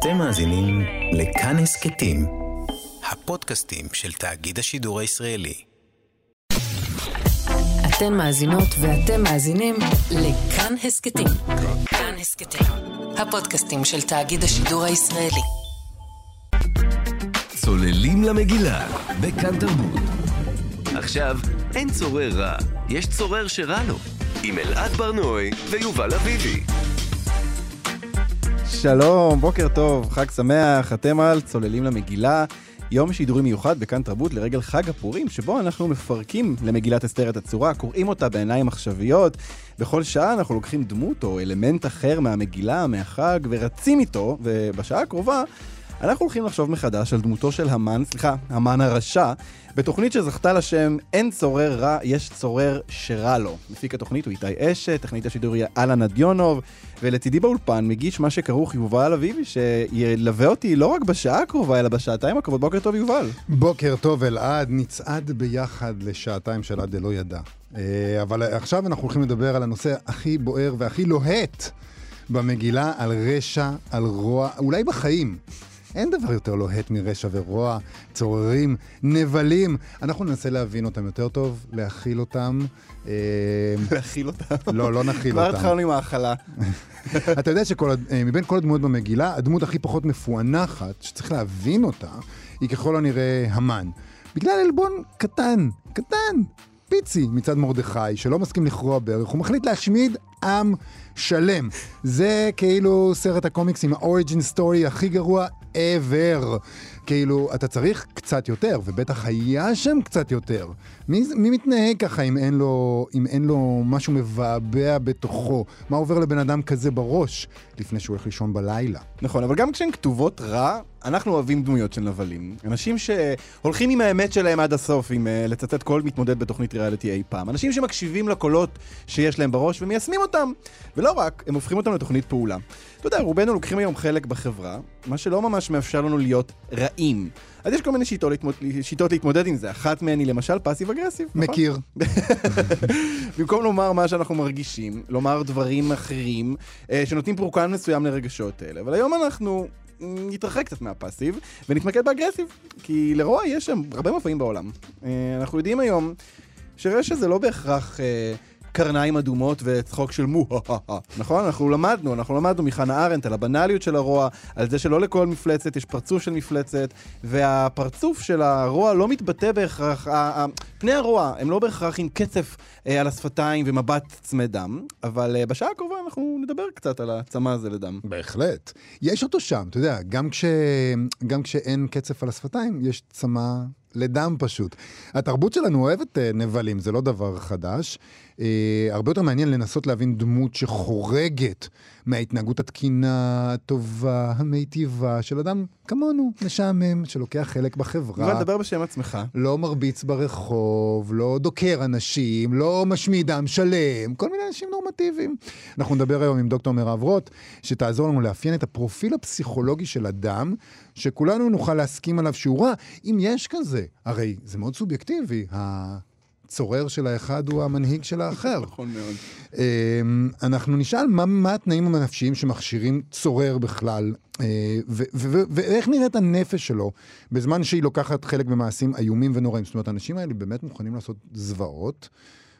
אתם מאזינים לכאן הסכתים, הפודקאסטים של תאגיד השידור הישראלי. אתן מאזינות ואתם מאזינים לכאן הסכתים. כאן הסכתים, הפודקאסטים של תאגיד השידור הישראלי. צוללים למגילה בכאן תרבות. עכשיו אין צורר רע, יש צורר שרע לו, עם אלעד ברנועי ויובל אביבי. שלום, בוקר טוב, חג שמח, אתם על צוללים למגילה, יום שידורי מיוחד בכאן תרבות לרגל חג הפורים, שבו אנחנו מפרקים למגילת אסתר את הצורה, קוראים אותה בעיניים מחשביות, בכל שעה אנחנו לוקחים דמות או אלמנט אחר מהמגילה, מהחג, ורצים איתו, ובשעה הקרובה אנחנו הולכים לחשוב מחדש על דמותו של המן הרשע, בתוכנית שזכתה לשם אין צורר רע, יש צורר שרע לו. מפיק התוכנית הוא איתי אשת, תכנית השידור היא אלן אדיונוב, ולצידי באולפן מגיש מה שכרוך יובל אביבי, שילווה אותי לא רק בשעה הקרובה, אלא בשעתיים הקרובות. בוקר טוב יובל. בוקר טוב אלעד, נצעד ביחד לשעתיים של עד לא ידע. אבל עכשיו אנחנו הולכים לדבר על הנושא הכי בוער והכי לוהט במגילה, על רשע, על רוע, אולי בחיים. אין דבר יותר לוהט מרשע ורוע, צוררים, נבלים. אנחנו ננסה להבין אותם יותר טוב, להכיל אותם. להכיל אותם? לא נכיל כבר אותם. התחלנו עם האכלה. אתה יודע שמבין כל הדמויות במגילה, הדמות הכי פחות מפוענחת, שצריך להבין אותה, היא ככל הנראה המן. בגלל אלבון קטן, פיצי מצד מרדכי, שלא מסכים לכרוע ברך, הוא מחליט להשמיד עם שלם. זה כאילו סרט הקומיקס עם האוריג'ין סטורי הכי גרוע ever. כאילו, אתה צריך קצת יותר, ובטח היה שם קצת יותר. מי מתנהג ככה אם אין לו משהו מבעבע בתוכו? מה עובר לבן אדם כזה בראש לפני שהוא הולך לישון בלילה? נכון, אבל גם כשהן כתובות רע, אנחנו אוהבים דמויות של נבלים. אנשים שהולכים עם האמת שלהם עד הסוף, עם לצטט כל מתמודד בתוכנית ריאליטי אי פעם. אנשים שמקשיבים לקולות שיש להם בראש ומיישמים אותם. ולא רק, הם הופכים אותם לתוכנית פעולה. אתה יודע, רובנו לוקחים היום חלק בחברה, מה שלא ממש מאפשר לנו להיות רעים. אז יש כל מיני שיטות להתמודד עם זה. אחת מהן היא למשל פאסיב אגרסיב. מכיר. במקום לומר מה שאנחנו מרגישים, לומר דברים אחרים, שנותנים פרוקן מסוים לרגשות האלה. אבל היום אנחנו נתרחק קצת מהפאסיב, ונתמקד באגרסיב. כי לרוע יש שם הרבה מופעים בעולם. אנחנו יודעים היום שרשע זה לא בהכרח קרניים אדומות וצחוק של נכון? אנחנו למדנו מחנה ארנט על הבנליות של הרוע, על זה שלא לכל מפלצת יש פרצוף של מפלצת, והפרצוף של הרוע לא מתבטא בהכרח, פני הרוע הם לא בהכרח עם קצף על השפתיים ומבט צמא דם, אבל בשעה הקרובה אנחנו נדבר קצת על הצמא הזה לדם. בהחלט. יש אותו שם, אתה יודע, גם כשאין קצף על השפתיים, יש צמא לדם פשוט. התרבות שלנו אוהבת נבלים, זה לא דבר חדש. הרבה יותר מעניין לנסות להבין דמות שחורגת מההתנהגות התקינה, הטובה, המיטיבה של אדם כמונו, משעמם, שלוקח חלק בחברה. נדבר בשם עצמך. לא מרביץ ברחוב, לא דוקר אנשים, לא משמיד עם שלם, כל מיני אנשים נורמטיביים. אנחנו נדבר היום עם דוקטור מירב רוט, שתעזור לנו לאפיין את הפרופיל הפסיכולוגי של אדם, שכולנו נוכל להסכים עליו שהוא רע, אם יש כזה. הרי זה מאוד סובייקטיבי, הצורר של האחד הוא המנהיג של האחר. נכון מאוד. אנחנו נשאל מה התנאים הנפשיים שמכשירים צורר בכלל, ואיך נראית הנפש שלו בזמן שהיא לוקחת חלק במעשים איומים ונוראים. זאת אומרת, האנשים האלה באמת מוכנים לעשות זוועות,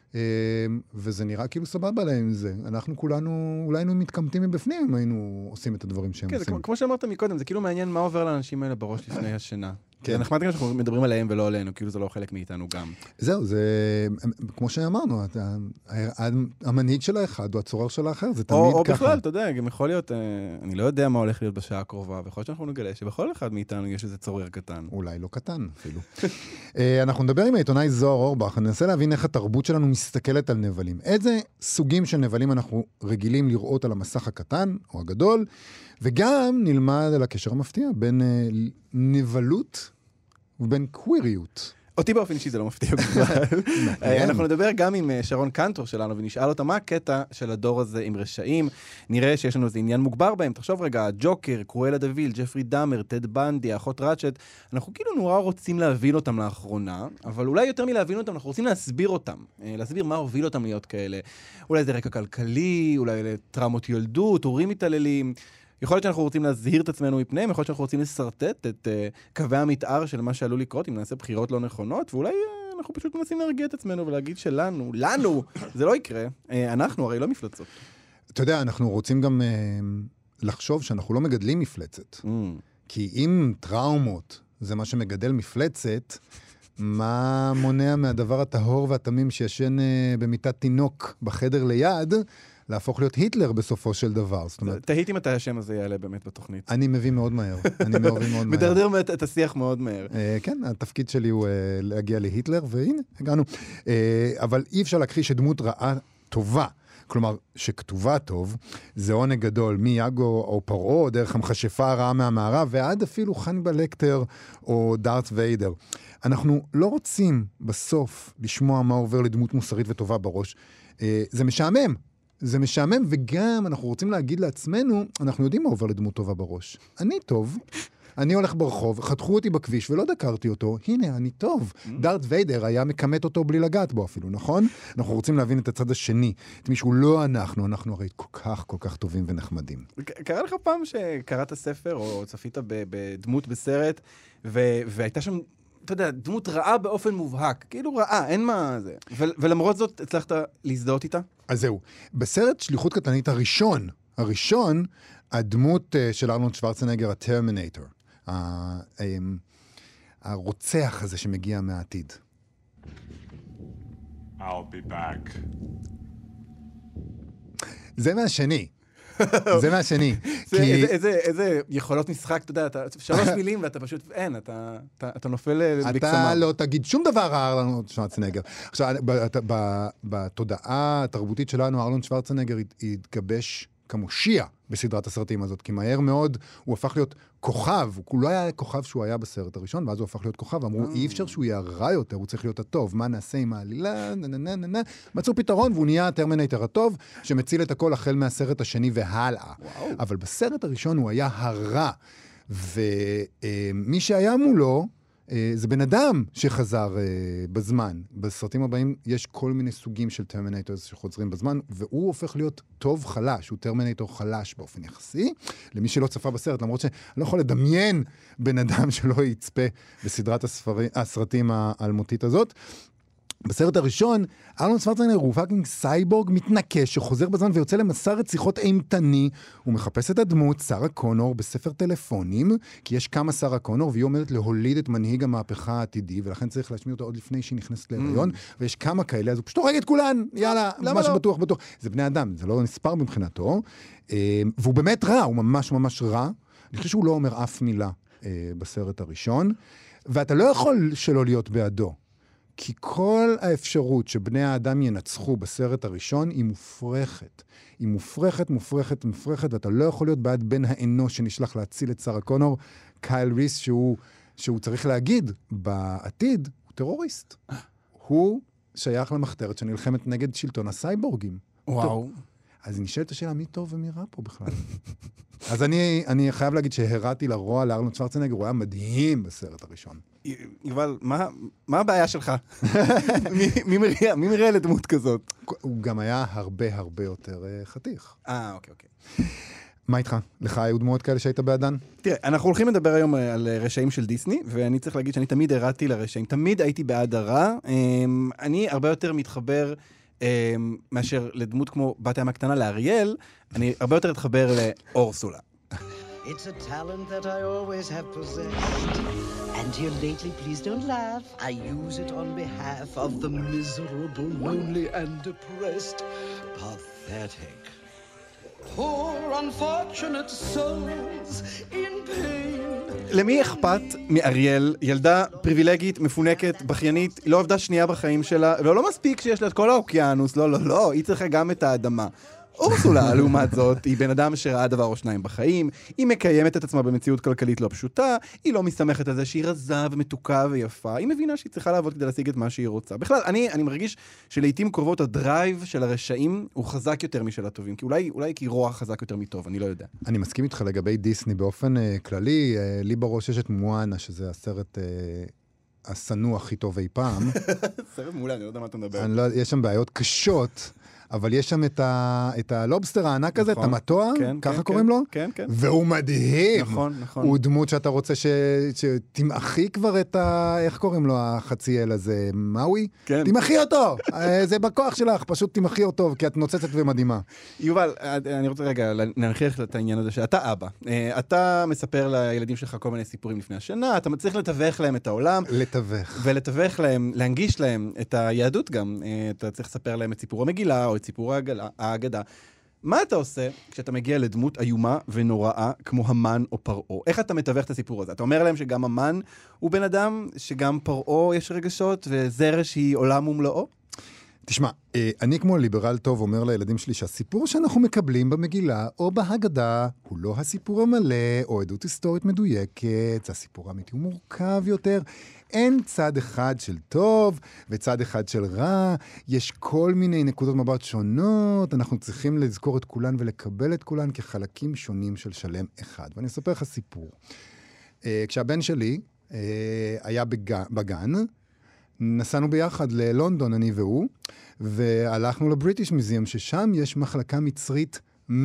וזה נראה כאילו סבבה להם זה. אנחנו כולנו, אולי היינו מתקמטים מבפנים אם היינו עושים את הדברים שהם עושים. כמו שאמרת מקודם, זה כאילו מעניין מה עובר לאנשים האלה בראש לפני השינה. זה נחמד גם שאנחנו מדברים עליהם ולא עלינו, כאילו זה לא חלק מאיתנו גם. זהו, זה, כמו שאמרנו, המנהיג של האחד הוא הצורר של האחר, זה תמיד ככה. או בכלל, אתה יודע, גם יכול להיות, אני לא יודע מה הולך להיות בשעה הקרובה, ויכול להיות שאנחנו נגלה שבכל אחד מאיתנו יש איזה צורר קטן. אולי לא קטן אפילו. אנחנו נדבר עם העיתונאי זוהר אורבך, ננסה להבין איך התרבות שלנו מסתכלת על נבלים. איזה סוגים של נבלים אנחנו רגילים לראות על המסך הקטן או הגדול, וגם נלמד על הקשר המפתיע בין נבלות ובין קוויריות. אותי באופן אישי זה לא מפתיע בכלל. אנחנו נדבר גם עם שרון קנטור שלנו, ונשאל אותה מה הקטע של הדור הזה עם רשעים. נראה שיש לנו איזה עניין מוגבר בהם. תחשוב רגע, ג'וקר, קרואלה דוויל, ג'פרי דאמר, טד בנדי, אחות ראצ'ט, אנחנו כאילו נורא רוצים להבין אותם לאחרונה, אבל אולי יותר מלהבין אותם, אנחנו רוצים להסביר אותם. להסביר מה הוביל אותם להיות כאלה. אולי זה רקע כלכלי, אולי טראומות ילדות, הורים מתעללים. יכול להיות שאנחנו רוצים להזהיר את עצמנו מפניהם, יכול להיות שאנחנו רוצים לסרטט את קווי המתאר של מה שעלול לקרות, אם נעשה בחירות לא נכונות, ואולי אנחנו פשוט מנסים להרגיע את עצמנו ולהגיד שלנו, זה לא יקרה. אנחנו הרי לא מפלצות. אתה יודע, אנחנו רוצים גם לחשוב שאנחנו לא מגדלים מפלצת. כי אם טראומות זה מה שמגדל מפלצת, מה מונע מהדבר הטהור והתמים שישן במיטת תינוק בחדר ליד, להפוך להיות היטלר בסופו של דבר. זאת אומרת, תהיתי מתי השם הזה יעלה באמת בתוכנית. אני מביא מאוד מהר. מדרדר את השיח מאוד מהר. כן, התפקיד שלי הוא להגיע להיטלר, והנה, הגענו. אבל אי אפשר להכחיש שדמות רעה טובה, כלומר, שכתובה טוב, זה עונג גדול, מיאגו או פרעה, דרך המכשפה הרעה מהמערב, ועד אפילו חניבל לקטר או דארת ויידר. אנחנו לא רוצים בסוף לשמוע מה עובר לדמות מוסרית וטובה בראש. זה משעמם. זה משעמם, וגם אנחנו רוצים להגיד לעצמנו, אנחנו יודעים מה עובר לדמות טובה בראש. אני טוב, אני הולך ברחוב, חתכו אותי בכביש ולא דקרתי אותו, הנה, אני טוב. דארת ויידר היה מקמת אותו בלי לגעת בו אפילו, נכון? אנחנו רוצים להבין את הצד השני, את מישהו לא אנחנו הרי כל כך טובים ונחמדים. קרה לך פעם שקראת ספר או צפית בדמות בסרט, והייתה שם, אתה יודע, דמות רעה באופן מובהק, כאילו רעה, אין מה זה. ולמרות זאת הצלחת להזדהות איתה? אז זהו, בסרט שליחות קטלנית הראשון, הדמות של ארנולד שוורצנגר, הטרמינטור, הרוצח הזה שמגיע מהעתיד. I'll be back. זה מהשני. איזה יכולות משחק, אתה יודע, 3 מילים ואתה פשוט, אין, אתה נופל בקסמה. אתה לא תגיד שום דבר רע ארנולד שוורצנגר. עכשיו, בתודעה התרבותית שלנו, ארנולד שוורצנגר התגבש כמושיע בסדרת הסרטים הזאת, כי מהר מאוד הוא הפך להיות כוכב, הוא לא היה כוכב שהוא היה בסרט הראשון, ואז הוא הפך להיות כוכב, אמרו, אי אפשר שהוא יהיה רע יותר, הוא צריך להיות הטוב, מה נעשה עם העלילה, מצאו פתרון, והוא נהיה הטרמינטור הטוב, שמציל את הכל החל מהסרט השני והלאה. אבל בסרט הראשון הוא היה הרע, ומי שהיה מולו, זה בן אדם שחזר בזמן. בסרטים הבאים יש כל מיני סוגים של טרמינטורס שחוזרים בזמן, והוא הופך להיות טוב חלש, הוא טרמינטור חלש באופן יחסי. למי שלא צפה בסרט, למרות שאני לא יכול לדמיין בן אדם שלא יצפה בסדרת הסרטים האלמותית הזאת. בסרט הראשון, ארנולד שוורצנגר הוא פאקינג סייבורג מתנקש שחוזר בזמן ויוצא למסע רציחות אימתני. הוא מחפש את הדמות, שרה קונור, בספר טלפונים, כי יש כמה שרה קונור, והיא עומדת להוליד את מנהיג המהפכה העתידי, ולכן צריך להשמיע אותה עוד לפני שהיא נכנסת להיריון, ויש כמה כאלה, אז הוא פשוט הורג את כולן, יאללה, מה שבטוח. זה בני אדם, זה לא נספר מבחינתו, והוא באמת רע, הוא ממש רע. אני חושב שהוא לא אומר אף מילה בסרט הראשון, ואתה לא יכול שלא להיות בעדו. כי כל האפשרות שבני האדם ינצחו בסרט הראשון היא מופרכת. היא מופרכת, ואתה לא יכול להיות בעד בן האנוש שנשלח להציל את שרה קונור, קייל ריס, שהוא צריך להגיד, בעתיד, הוא טרוריסט. הוא שייך למחתרת שנלחמת נגד שלטון הסייבורגים. וואו. אז נשאלת השאלה, מי טוב ומי רע פה בכלל? אז אני חייב להגיד שהראתי לרוע לארנולד שוורצנגר, הוא היה מדהים בסרט הראשון. יובל, מה הבעיה שלך? מי מראה לדמות כזאת? הוא גם היה הרבה יותר חתיך. אוקיי. מה איתך? לך היו דמויות כאלה שהיית בעדן? תראה, אנחנו הולכים לדבר היום על רשעים של דיסני, ואני צריך להגיד שאני תמיד הראתי לרשעים. תמיד הייתי בעד הרע. אני הרבה יותר מתחבר מאשר לדמות כמו בת הים הקטנה לאריאל, אני הרבה יותר אתחבר לאורסולה. It's a talent that I always have possessed. And here lately, please don't laugh. I use it on behalf of the miserable, lonely, and depressed. Pathetic. Poor unfortunate souls in pain. למי אכפת מאריאל, ילדה פריבילגית, מפונקת, בכיינית, לא עבדה שנייה בחיים שלה, ולא מספיק שיש לה את כל האוקיינוס, לא, היא צריכה גם את האדמה. אורסולה, לעומת זאת, היא בן אדם שראה דבר או שניים בחיים, היא מקיימת את עצמה במציאות כלכלית לא פשוטה, היא לא מסתמכת על זה שהיא רזה ומתוקה ויפה, היא מבינה שהיא צריכה לעבוד כדי להשיג את מה שהיא רוצה. בכלל, אני מרגיש שלעיתים קרובות הדרייב של הרשעים הוא חזק יותר משל הטובים, כי אולי כי רוע חזק יותר מטוב, אני לא יודע. אני מסכים איתך לגבי דיסני באופן כללי, לי בראש יש את מואנה, שזה הסרט הסנוע הכי טוב אי פעם. סרט מעולה, אני לא יודע מה אתה מדבר. יש שם בעיות קשות, אבל יש שם את הלובסטר הענק הזה, את המטוע, ככה קוראים לו? כן, כן. והוא מדהים. נכון, נכון. הוא דמות שאתה רוצה שתמעכי כבר את איך קוראים לו החציאל הזה? מאוי? כן. תמעכי אותו! זה בכוח שלך, פשוט תמעכי אותו, כי את נוצצת ומדהימה. יובל, אני רוצה רגע להנכיח את העניין הזה שאתה אבא. אתה מספר לילדים שלך כל מיני סיפורים לפני השנה, אתה מצליח לתווך להם את העולם. ולתווך להם, להנגיש להם את היהדות גם. אתה צריך לספר להם את סיפור המגילה או את סיפור ההגדה. מה אתה עושה כשאתה מגיע לדמות איומה ונוראה כמו המן או פרעה? איך אתה מתווך את הסיפור הזה? אתה אומר להם שגם המן הוא בן אדם, שגם פרעה יש רגשות וזרש היא עולם ומלואו? תשמע, אני כמו ליברל טוב אומר לילדים שלי שהסיפור שאנחנו מקבלים במגילה או בהגדה הוא לא הסיפור המלא או עדות היסטורית מדויקת, זה הסיפור האמיתי, הוא מורכב יותר. אין צד אחד של טוב וצד אחד של רע, יש כל מיני נקודות מבט שונות, אנחנו צריכים לזכור את כולן ולקבל את כולן כחלקים שונים של שלם אחד. ואני אספר לך סיפור. כשהבן שלי היה בגן, נסענו ביחד ללונדון, אני והוא, והלכנו לבריטיש מוזיאום, ששם יש מחלקה מצרית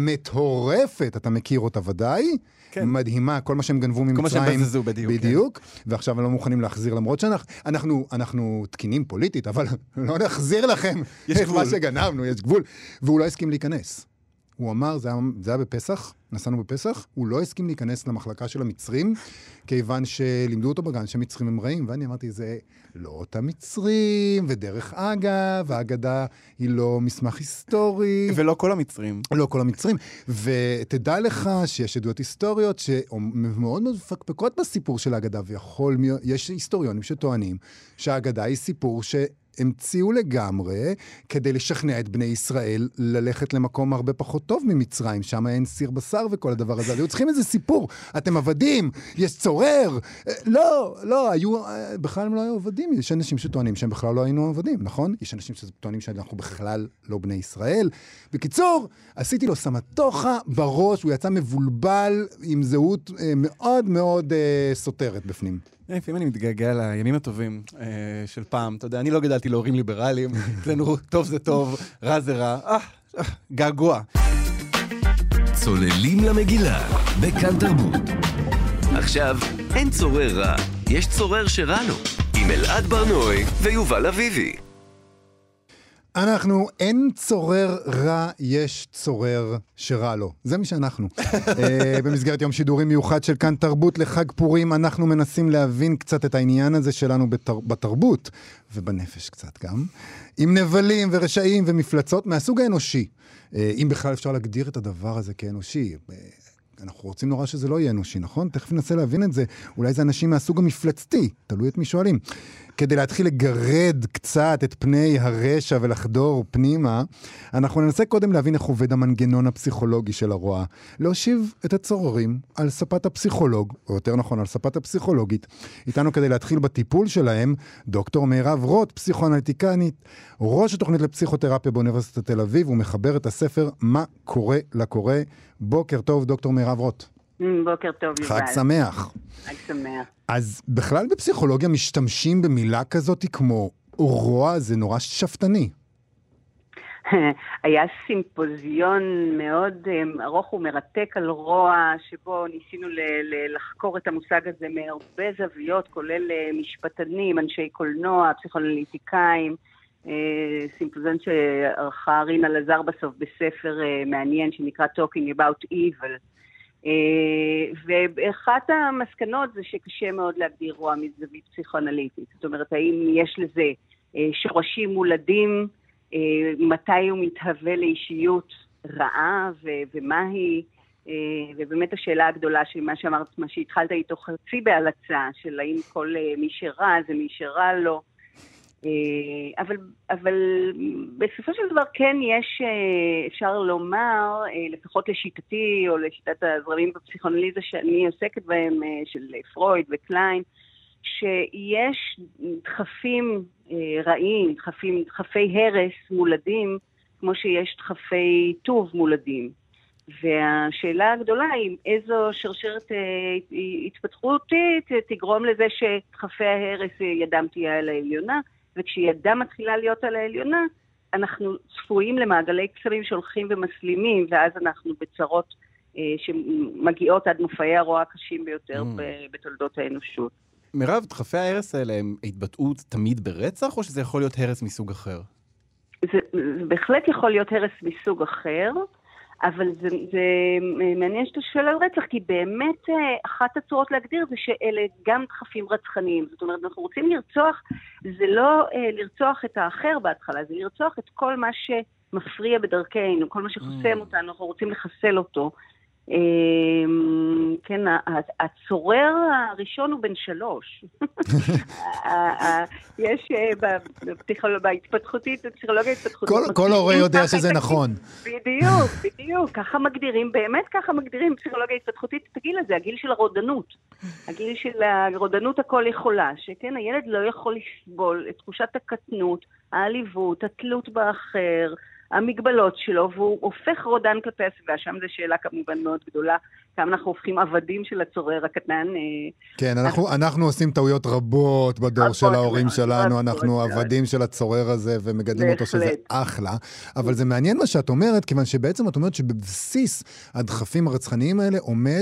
מטורפת, אתה מכיר אותה ודאי? כן. מדהימה, כל מה שהם גנבו ממצרים. כל מה שהם בזזו בדיוק. בדיוק, כן. ועכשיו הם לא מוכנים להחזיר, למרות שאנחנו תקינים פוליטית, אבל לא נחזיר לכם את מה שגנבנו, יש גבול. והוא לא הסכים להיכנס. הוא אמר, זה היה בפסח, נסענו בפסח, הוא לא הסכים להיכנס למחלקה של המצרים, כיוון שלימדו אותו בגן שמצרים הם רעים, ואני אמרתי, זה לא אותם מצרים, ודרך אגב, ההגדה היא לא מסמך היסטורי. ולא כל המצרים. לא כל המצרים. ותדע לך שיש עדויות היסטוריות שמאוד מאוד מפקפקות בסיפור של ההגדה, ויש היסטוריונים שטוענים שההגדה היא סיפור המציאו לגמרי כדי לשכנע את בני ישראל ללכת למקום הרבה פחות טוב ממצרים, שם אין סיר בשר וכל הדבר הזה. היו צריכים איזה סיפור, אתם עבדים, יש צורר. לא, בכלל הם לא היו עבדים. יש אנשים שטוענים שהם בכלל לא היינו עבדים, נכון? יש אנשים שטוענים שאנחנו בכלל לא בני ישראל. בקיצור, עשיתי לו סמטוחה בראש, הוא יצא מבולבל עם זהות מאוד מאוד סותרת בפנים. לפעמים אני מתגעגע לימים הטובים של פעם. אתה יודע, אני לא גדלתי להורים ליברליים. אצלנו טוב זה טוב, רע זה רע. געגוע. צוללים למגילה, בכאן תרבות. עכשיו, אין צורר רע, יש צורר שרע לו. עם אלעד ברנועי ויובל אביבי. אין צורר רע, יש צורר שרע לו. זה מי שאנחנו. במסגרת יום שידורים מיוחד של כאן תרבות לחג פורים, אנחנו מנסים להבין קצת את העניין הזה שלנו בתרבות, ובנפש קצת גם, עם נבלים ורשעים ומפלצות מהסוג האנושי. אם בכלל אפשר להגדיר את הדבר הזה כאנושי. אנחנו רוצים נורא שזה לא יהיה אנושי, נכון? תכף ננסה להבין את זה. אולי זה אנשים מהסוג המפלצתי, תלוי את מי שואלים. כדי להתחיל לגרד קצת את פני הרשע ולחדור פנימה, אנחנו ננסה קודם להבין איך עובד המנגנון הפסיכולוגי של הרוע. להושיב את הצוררים על ספת הפסיכולוג, או יותר נכון על ספת הפסיכולוגית. איתנו כדי להתחיל בטיפול שלהם, דוקטור מירב רוט, פסיכואנליטיקנית, ראש התוכנית לפסיכותרפיה באוניברסיטת תל אביב, ומחבר את הספר מה קורה לקורא. בוקר טוב, דוקטור מירב רוט. בוקר טוב, יובל. חג שמח. חג שמח. אז בכלל בפסיכולוגיה משתמשים במילה כזאת כמו רוע, זה נורא שפטני. היה סימפוזיון מאוד ארוך ומרתק על רוע, שבו ניסינו לחקור את המושג הזה מהרבה זוויות, כולל משפטנים, אנשי קולנוע, פסיכואנליטיקאים, סימפוזיון שערכה רינה לזר בסוף בספר מעניין שנקרא Talking About Evil. ואחת המסקנות זה שקשה מאוד להגדיר רוע מזווית פסיכואנליטית. זאת אומרת, האם יש לזה שורשים מולדים, מתי הוא מתהווה לאישיות רעה ומה היא, ובאמת השאלה הגדולה של מה שאמרת, מה שהתחלת איתו חצי בהלצה, של האם כל מי שרע זה מי שרע לו. אבל בסופו של דבר כן יש, אפשר לומר, לפחות לשיטתי או לשיטת הזרמים בפסיכואנליזה שאני עוסקת בהם, של פרויד וקליין, שיש דחפים רעים, דחפי הרס מולדים, כמו שיש דחפי טוב מולדים. והשאלה הגדולה היא איזו שרשרת התפתחותית תגרום לזה שדחפי ההרס ידם תהיה על העליונה, וכשידם מתחילה להיות על העליונה, אנחנו צפויים למעגלי קסמים שהולכים ומסלימים, ואז אנחנו בצרות שמגיעות עד מופעי הרוע הקשים ביותר בתולדות האנושות. מירב, דחפי ההרס האלה הם התבטאות תמיד ברצח, או שזה יכול להיות הרס מסוג אחר? זה בהחלט יכול להיות הרס מסוג אחר, אבל זה מעניין שאתה שואל על רצח, כי באמת אחת הצורות להגדיר זה שאלה גם דחפים רצחניים. זאת אומרת, אנחנו רוצים לרצוח, זה לא לרצוח את האחר בהתחלה, זה לרצוח את כל מה שמפריע בדרכנו, כל מה שחוסם אותנו, אנחנו רוצים לחסל אותו. כן, הצורר הראשון הוא בן 3. יש בהתפתחותית, בפסיכולוגיה התפתחותית. כל הורה יודע שזה נכון. בדיוק, ככה מגדירים, באמת ככה מגדירים פסיכולוגיה התפתחותית את הגיל הזה, הגיל של הרודנות. הגיל של הרודנות הכל יכולה, שכן, הילד לא יכול לסבול את תחושת הקטנות, העליבות, התלות באחר, המגבלות שלו, והוא הופך רודן כלפי הסביבה. שם זו שאלה כמובן מאוד גדולה, כמה אנחנו הופכים עבדים של הצורר הקטן. כן, אנחנו עושים טעויות רבות בדור של ההורים שלנו, אנחנו עבדים של הצורר הזה ומגדלים אותו שזה אחלה, אבל זה מעניין מה שאת אומרת, כיוון שבעצם את אומרת שבבסיס הדחפים הרצחניים האלה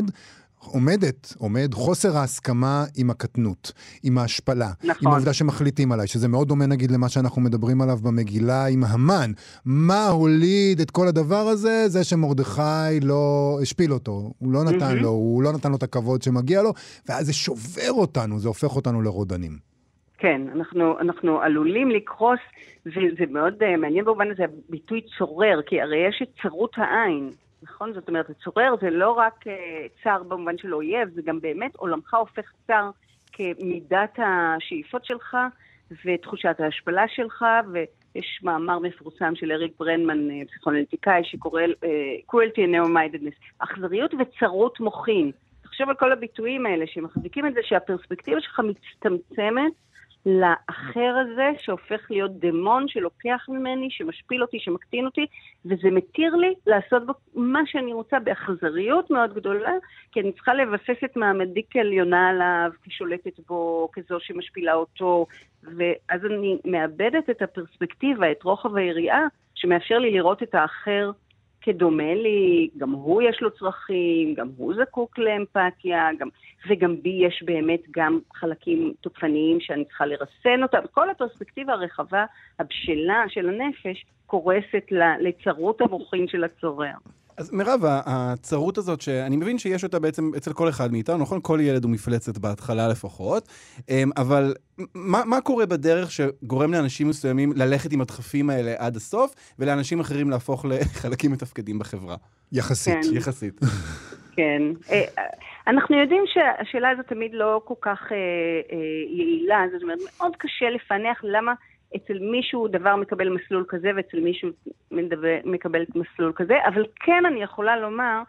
עומד חוסר ההסכמה עם הקטנות, עם ההשפלה, עם העובדה שמחליטים עליי, שזה מאוד דומה נגיד למה שאנחנו מדברים עליו במגילה עם המן. מה הוליד את כל הדבר הזה? זה שמרדכי לא השפיל אותו, הוא לא נתן לו, הוא לא נתן לו את הכבוד שמגיע לו, ואז זה שובר אותנו, זה הופך אותנו לרודנים. כן, אנחנו עלולים לקרוס, וזה מאוד מעניין במובן הזה, ביטוי צורר, כי הרי יש את צרות העין, נכון? זאת אומרת, צורר זה לא רק צר במובן של אויב, זה גם באמת עולמך הופך צר כמידת השאיפות שלך ותחושת ההשפלה שלך, ויש מאמר מפורסם של אריק ברנמן, פסיכואנליטיקאי, שקורא cruelty and narrow-mindedness, אכזריות וצרות מוחין. תחשוב על כל הביטויים האלה שמחזיקים את זה שהפרספקטיבה שלך מצטמצמת לאחר הזה שהופך להיות דמון שלוקח ממני, שמשפיל אותי, שמקטין אותי, וזה מתיר לי לעשות בו מה שאני רוצה באכזריות מאוד גדולה, כי אני צריכה לבסס את מעמדי כעליונה עליו, כשולטת בו, כזו שמשפילה אותו, ואז אני מאבדת את הפרספקטיבה, את רוחב היריעה, שמאפשר לי לראות את האחר כדומה לי, גם הוא יש לו צרכים, גם הוא זקוק לאמפתיה, וגם בי יש באמת גם חלקים תוקפניים שאני צריכה לרסן אותם. כל הפרספקטיבה הרחבה, הבשלה של הנפש, קורסת לצרות המוחין של הצורר. אז מירב, הצרות הזאת שאני מבין שיש אותה בעצם אצל כל אחד מאיתנו, נכון? כל ילד הוא מפלצת בהתחלה לפחות, אבל מה קורה בדרך שגורם לאנשים מסוימים ללכת עם הדחפים האלה עד הסוף, ולאנשים אחרים להפוך לחלקים מתפקדים בחברה? יחסית. כן. אנחנו יודעים שהשאלה הזאת תמיד לא כל כך יעילה, זאת אומרת, מאוד קשה לפענח למה אצל מישהו דבר מקבל מסלול כזה, ואצל מישהו מקבל מסלול כזה, אבל כן אני יכולה לומר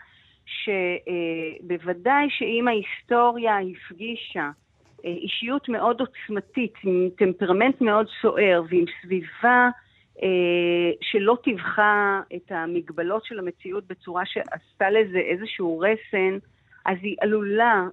שבוודאי שאם ההיסטוריה הפגישה אישיות מאוד עוצמתית, עם טמפרמנט מאוד סוער, ועם סביבה שלא טבחה את המגבלות של המציאות בצורה שעשתה לזה איזשהו רסן, אז היא עלולה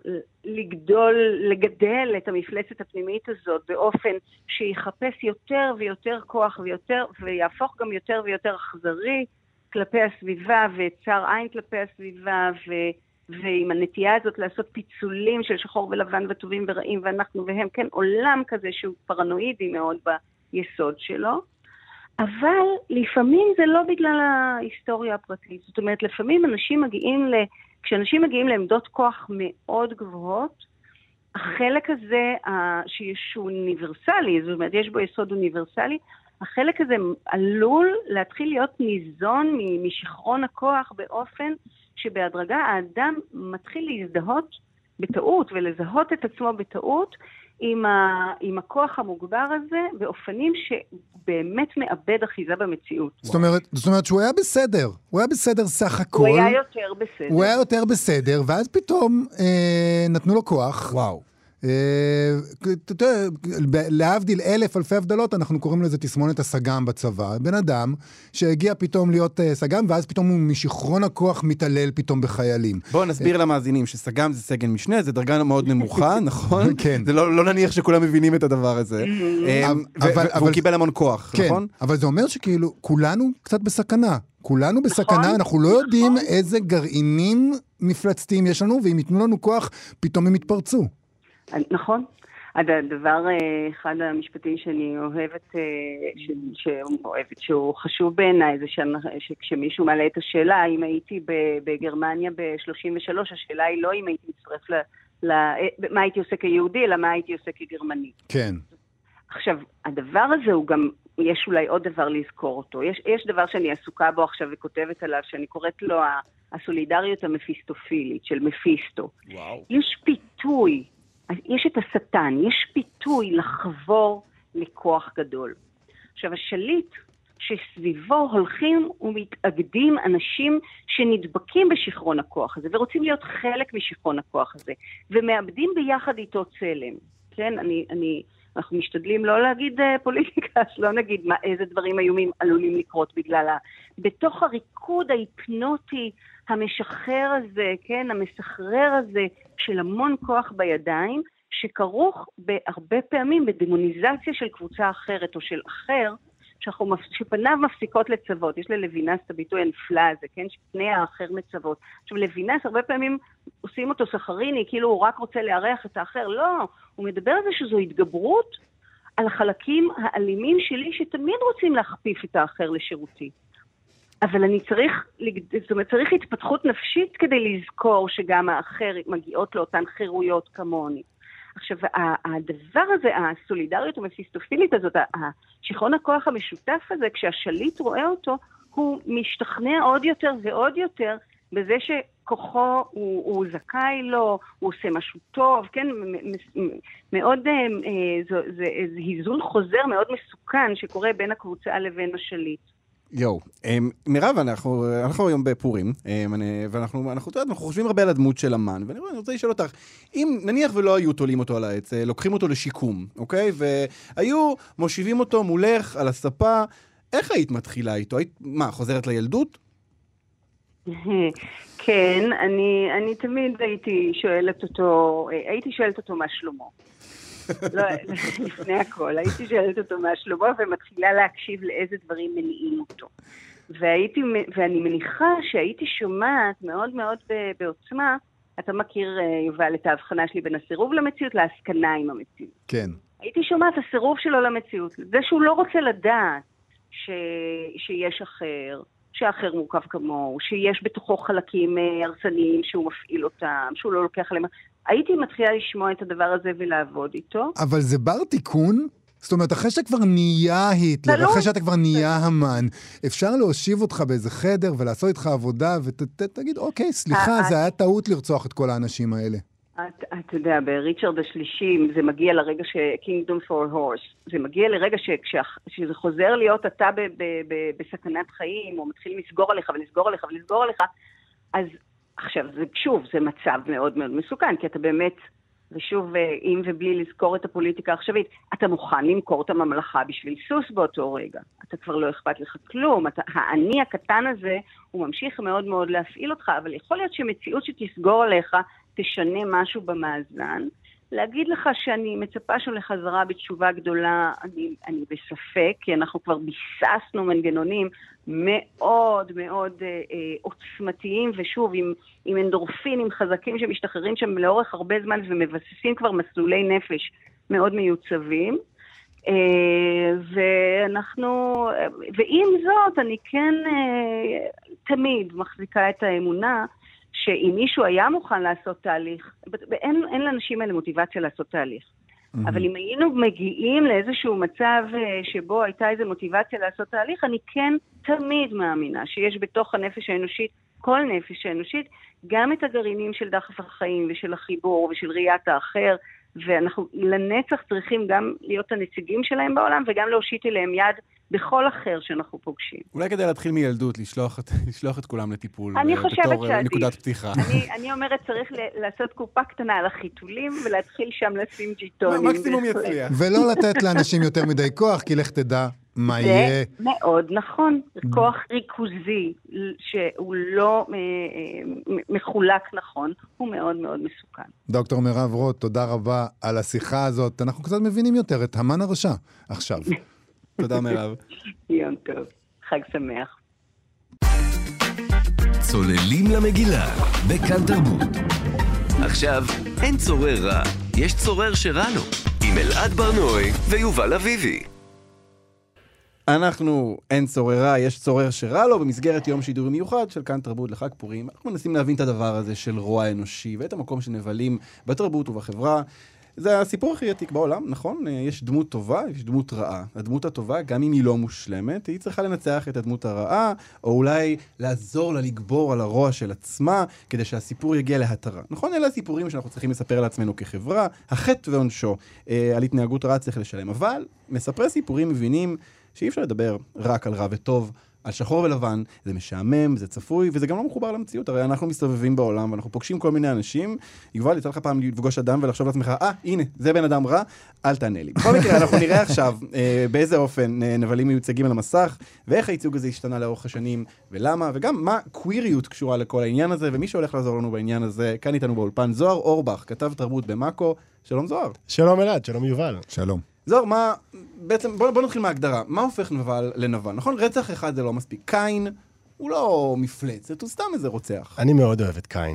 לגדל את המפלצת הפנימית הזאת באופן שיחפש יותר ויותר כוח ויהפוך גם יותר ויותר אכזרי כלפי הסביבה וצער עין כלפי הסביבה ועם הנטייה הזאת לעשות פיצולים של שחור ולבן וטובים ורעים ואנחנו והם, כן, עולם כזה שהוא פרנואידי מאוד ביסוד שלו. אבל לפעמים זה לא בגלל ההיסטוריה הפרטית. זאת אומרת, לפעמים כשאנשים מגיעים לעמדות כוח מאוד גבוהות, החלק הזה שהוא אוניברסלי, זאת אומרת, יש בו יסוד אוניברסלי, החלק הזה עלול להתחיל להיות ניזון משכרון הכוח באופן שבהדרגה האדם מתחיל להזדהות בטעות ולזהות את עצמו בטעות עם הכוח המוגבר הזה באופנים שבאמת מאבד אחיזה במציאות. זאת אומרת שהוא היה בסדר, הוא היה בסדר סך הכל. הוא היה יותר בסדר. הוא היה יותר בסדר, ואז פתאום נתנו לו כוח. וואו. להבדיל אלפי הבדלות, אנחנו קוראים לזה תסמונת הסג"ם בצבא. בן אדם שהגיע פתאום להיות סג"ם, ואז פתאום הוא משיכרון הכוח מתעלל פתאום בחיילים. בואו נסביר למאזינים שסג"ם זה סגן משנה, זה דרגה מאוד נמוכה, נכון? כן. זה לא נניח שכולם מבינים את הדבר הזה. והוא קיבל המון כוח, נכון? כן, אבל זה אומר שכאילו כולנו קצת בסכנה. כולנו בסכנה, אנחנו לא יודעים איזה גרעינים מפלצתיים יש לנו, ואם ייתנו לנו כוח, פתאום הם יתפרצו. נכון. הדבר, אחד המשפטים שאני אוהבת, שהוא חשוב בעיניי, זה שכשמישהו מעלה את השאלה, אם הייתי בגרמניה ב-33, השאלה היא לא אם הייתי מצטרף מה הייתי עושה כיהודי, אלא מה הייתי עושה כגרמני. כן. עכשיו, הדבר הזה הוא גם, יש אולי עוד דבר לזכור אותו. יש דבר שאני עסוקה בו עכשיו וכותבת עליו, שאני קוראת לו הסולידריות המפיסטופילית של מפיסטו. וואו. יש פיתוי, יש את השטן, יש פיתוי לחבור לכוח גדול. עכשיו, השליט שסביבו הולכים ומתאגדים אנשים שנדבקים בשכרון הכוח הזה, ורוצים להיות חלק משכרון הכוח הזה, ומאבדים ביחד איתו צלם. כן, אנחנו משתדלים לא להגיד פוליטיקה, שלא נגיד איזה דברים איומים עלולים לקרות בגללה. בתוך הריקוד ההיפנוטי המשחרר הזה, כן, המסחרר הזה של המון כוח בידיים, שכרוך בהרבה פעמים בדמוניזציה של קבוצה אחרת או של אחר, שפניו מפסיקות לצוות. יש ללוינס את הביטוי הנפלא הזה, כן, שפני האחר מצוות. עכשיו, לוינס הרבה פעמים עושים אותו סחריני, כאילו הוא רק רוצה לארח את האחר. לא, הוא מדבר על זה שזו התגברות על החלקים האלימים שלי, שתמיד רוצים להכפיף את האחר לשירותי. אבל צריך התפתחות נפשית כדי לזכור שגם האחר מגיעות לאותן חירויות כמוני. עכשיו, הדבר הזה, הסולידריות המפיסטופילית הזאת, שכרון הכוח המשותף הזה, כשהשליט רואה אותו, הוא משתכנע עוד יותר ועוד יותר בזה שכוחו הוא זכאי לו, הוא עושה משהו טוב, כן? מאוד, זה היזון חוזר מאוד מסוכן שקורה בין הקבוצה לבין השליט. יו, מירב, אנחנו היום בפורים, ואנחנו חושבים הרבה על הדמות של המן, ואני רוצה לשאול אותך, אם נניח ולא היו תולים אותו על העץ, לוקחים אותו לשיקום, אוקיי? והיו מושיבים אותו מולך על הספה, איך היית מתחילה איתו? חוזרת לילדות? כן, אני תמיד הייתי שואלת אותו מה שלמה. לא, לפני הכל, הייתי שואלת אותו מה שלמה ומתחילה להקשיב לאיזה דברים מניעים אותו. ואני מניחה שהייתי שומעת מאוד מאוד בעוצמה, אתה מכיר, יובל, את ההבחנה שלי בין הסירוב למציאות להסכנה עם המציאות. כן. הייתי שומעת הסירוב שלו למציאות, זה שהוא לא רוצה לדעת שיש אחר, שהאחר מורכב כמוהו, שיש בתוכו חלקים הרסניים שהוא מפעיל אותם, שהוא לא לוקח עליהם. הייתי מתחילה לשמוע את הדבר הזה ולעבוד איתו. אבל זה בר תיקון? זאת אומרת, אחרי שאתה כבר נהיה היטלר, אחרי שאתה כבר נהיה המן, אפשר להושיב אותך באיזה חדר ולעשות איתך עבודה ותגיד, אוקיי, סליחה, זה היה טעות לרצוח את כל האנשים האלה. אתה יודע, בריצ'רד השלישי, זה מגיע לרגע Kingdom for a Horse, זה מגיע לרגע שזה חוזר להיות אתה בסכנת חיים, או מתחיל לסגור עליך ולסגור עליך ולסגור עליך, אז עכשיו, שוב, זה מצב מאוד מאוד מסוכן, כי אתה באמת, ושוב, אם ובלי לזכור את הפוליטיקה העכשווית, אתה מוכן למכור את הממלכה בשביל סוס באותו רגע. אתה כבר לא אכפת לך כלום. העני הקטן הזה, הוא ממשיך מאוד מאוד להפעיל אותך, אבל יכול להיות שמציאות שתסגור עליך, תשנה משהו במאזן. להגיד לך שאני מצפה שם לחזרה בתשובה גדולה, אני בספק, כי אנחנו כבר ביססנו מנגנונים מאוד מאוד עוצמתיים, ושוב, עם אנדורפינים חזקים שמשתחררים שם לאורך הרבה זמן, ומבססים כבר מסלולי נפש מאוד מיוצבים. ועם זאת, אני כן תמיד מחזיקה את האמונה, שאם מישהו היה מוכן לעשות תהליך, אין לאנשים האלה מוטיבציה לעשות תהליך. אבל אם היינו מגיעים לאיזשהו מצב שבו הייתה איזו מוטיבציה לעשות תהליך, אני כן תמיד מאמינה שיש בתוך הנפש האנושית, כל נפש האנושית, גם את הגרעינים של דחף החיים ושל החיבור ושל ראיית האחר, ואנחנו לנצח צריכים גם להיות הנציגים שלהם בעולם, וגם להושיט אליהם יד בכל אחר שאנחנו פוגשים. אולי כדי להתחיל מילדות, לשלוח את כולם לטיפול. אני חושבת בתור נקודת פתיחה. אני אומרת, צריך לעשות קופה קטנה על החיתולים, ולהתחיל שם לשים ג'יטונים. מקסימום יצליח. ולא לתת לאנשים יותר מדי כוח, כי לך תדע מה יהיה. זה מאוד נכון. כוח ריכוזי, שהוא לא מחולק נכון, הוא מאוד מאוד מסוכן. דוקטור מירב רוט, תודה רבה על השיחה הזאת. אנחנו קצת מבינים יותר את המן הרשע עכשיו. תודה מירב. יום טוב. חג שמח. צוללים למגילה, בכאן תרבות. עכשיו, אין צורר רע, יש צורר שרע לו. עם אלעד ברנועי ויובל אביבי. אנחנו, אין צוררה, יש צורר שרע לו, במסגרת יום שידורי מיוחד של כאן תרבות לחג פורים. אנחנו מנסים להבין את הדבר הזה של רוע אנושי, ואת המקום שנבלים בתרבות ובחברה. זה הסיפור הכי עתיק בעולם, נכון? יש דמות טובה, יש דמות רעה. הדמות הטובה, גם אם היא לא מושלמת, היא צריכה לנצח את הדמות הרעה, או אולי לעזור לה לגבור על הרוע של עצמה, כדי שהסיפור יגיע להתרה. נכון? אלה הסיפורים שאנחנו צריכים לספר לעצמנו כחברה, החטא ועונשו. על התנהגות רעה צריך לשלם. אבל מספרי סיפורים מבינים שאי אפשר לדבר רק על רע וטוב, על שחור ולבן, זה משעמם, זה צפוי, וזה גם לא מחובר למציאות. הרי אנחנו מסתובבים בעולם, ואנחנו פוגשים כל מיני אנשים. יגבל, יצא לך פעם לפגוש אדם ולחשוב לעצמך, הנה, זה בן אדם רע, אל תענה לי. בכל מקרה, אנחנו נראה עכשיו באיזה אופן נבלים מיוצגים על המסך, ואיך הייצוג הזה השתנה לאורך השנים, ולמה, וגם מה קוויריות קשורה לכל העניין הזה, ומי שהולך לעזור לנו בעניין הזה, כאן איתנו באולפן, זוהר אורבך, כתב תרבות במאקו. שלום זוהר. שלום אלעד, שלום יובל. שלום. זוהר, מה, בעצם, בוא נתחיל מההגדרה. מה הופך נבל לנבל? נכון, רצח אחד זה לא מספיק. קין הוא לא מפלצת, הוא סתם איזה רוצח. אני מאוד אוהב את קין.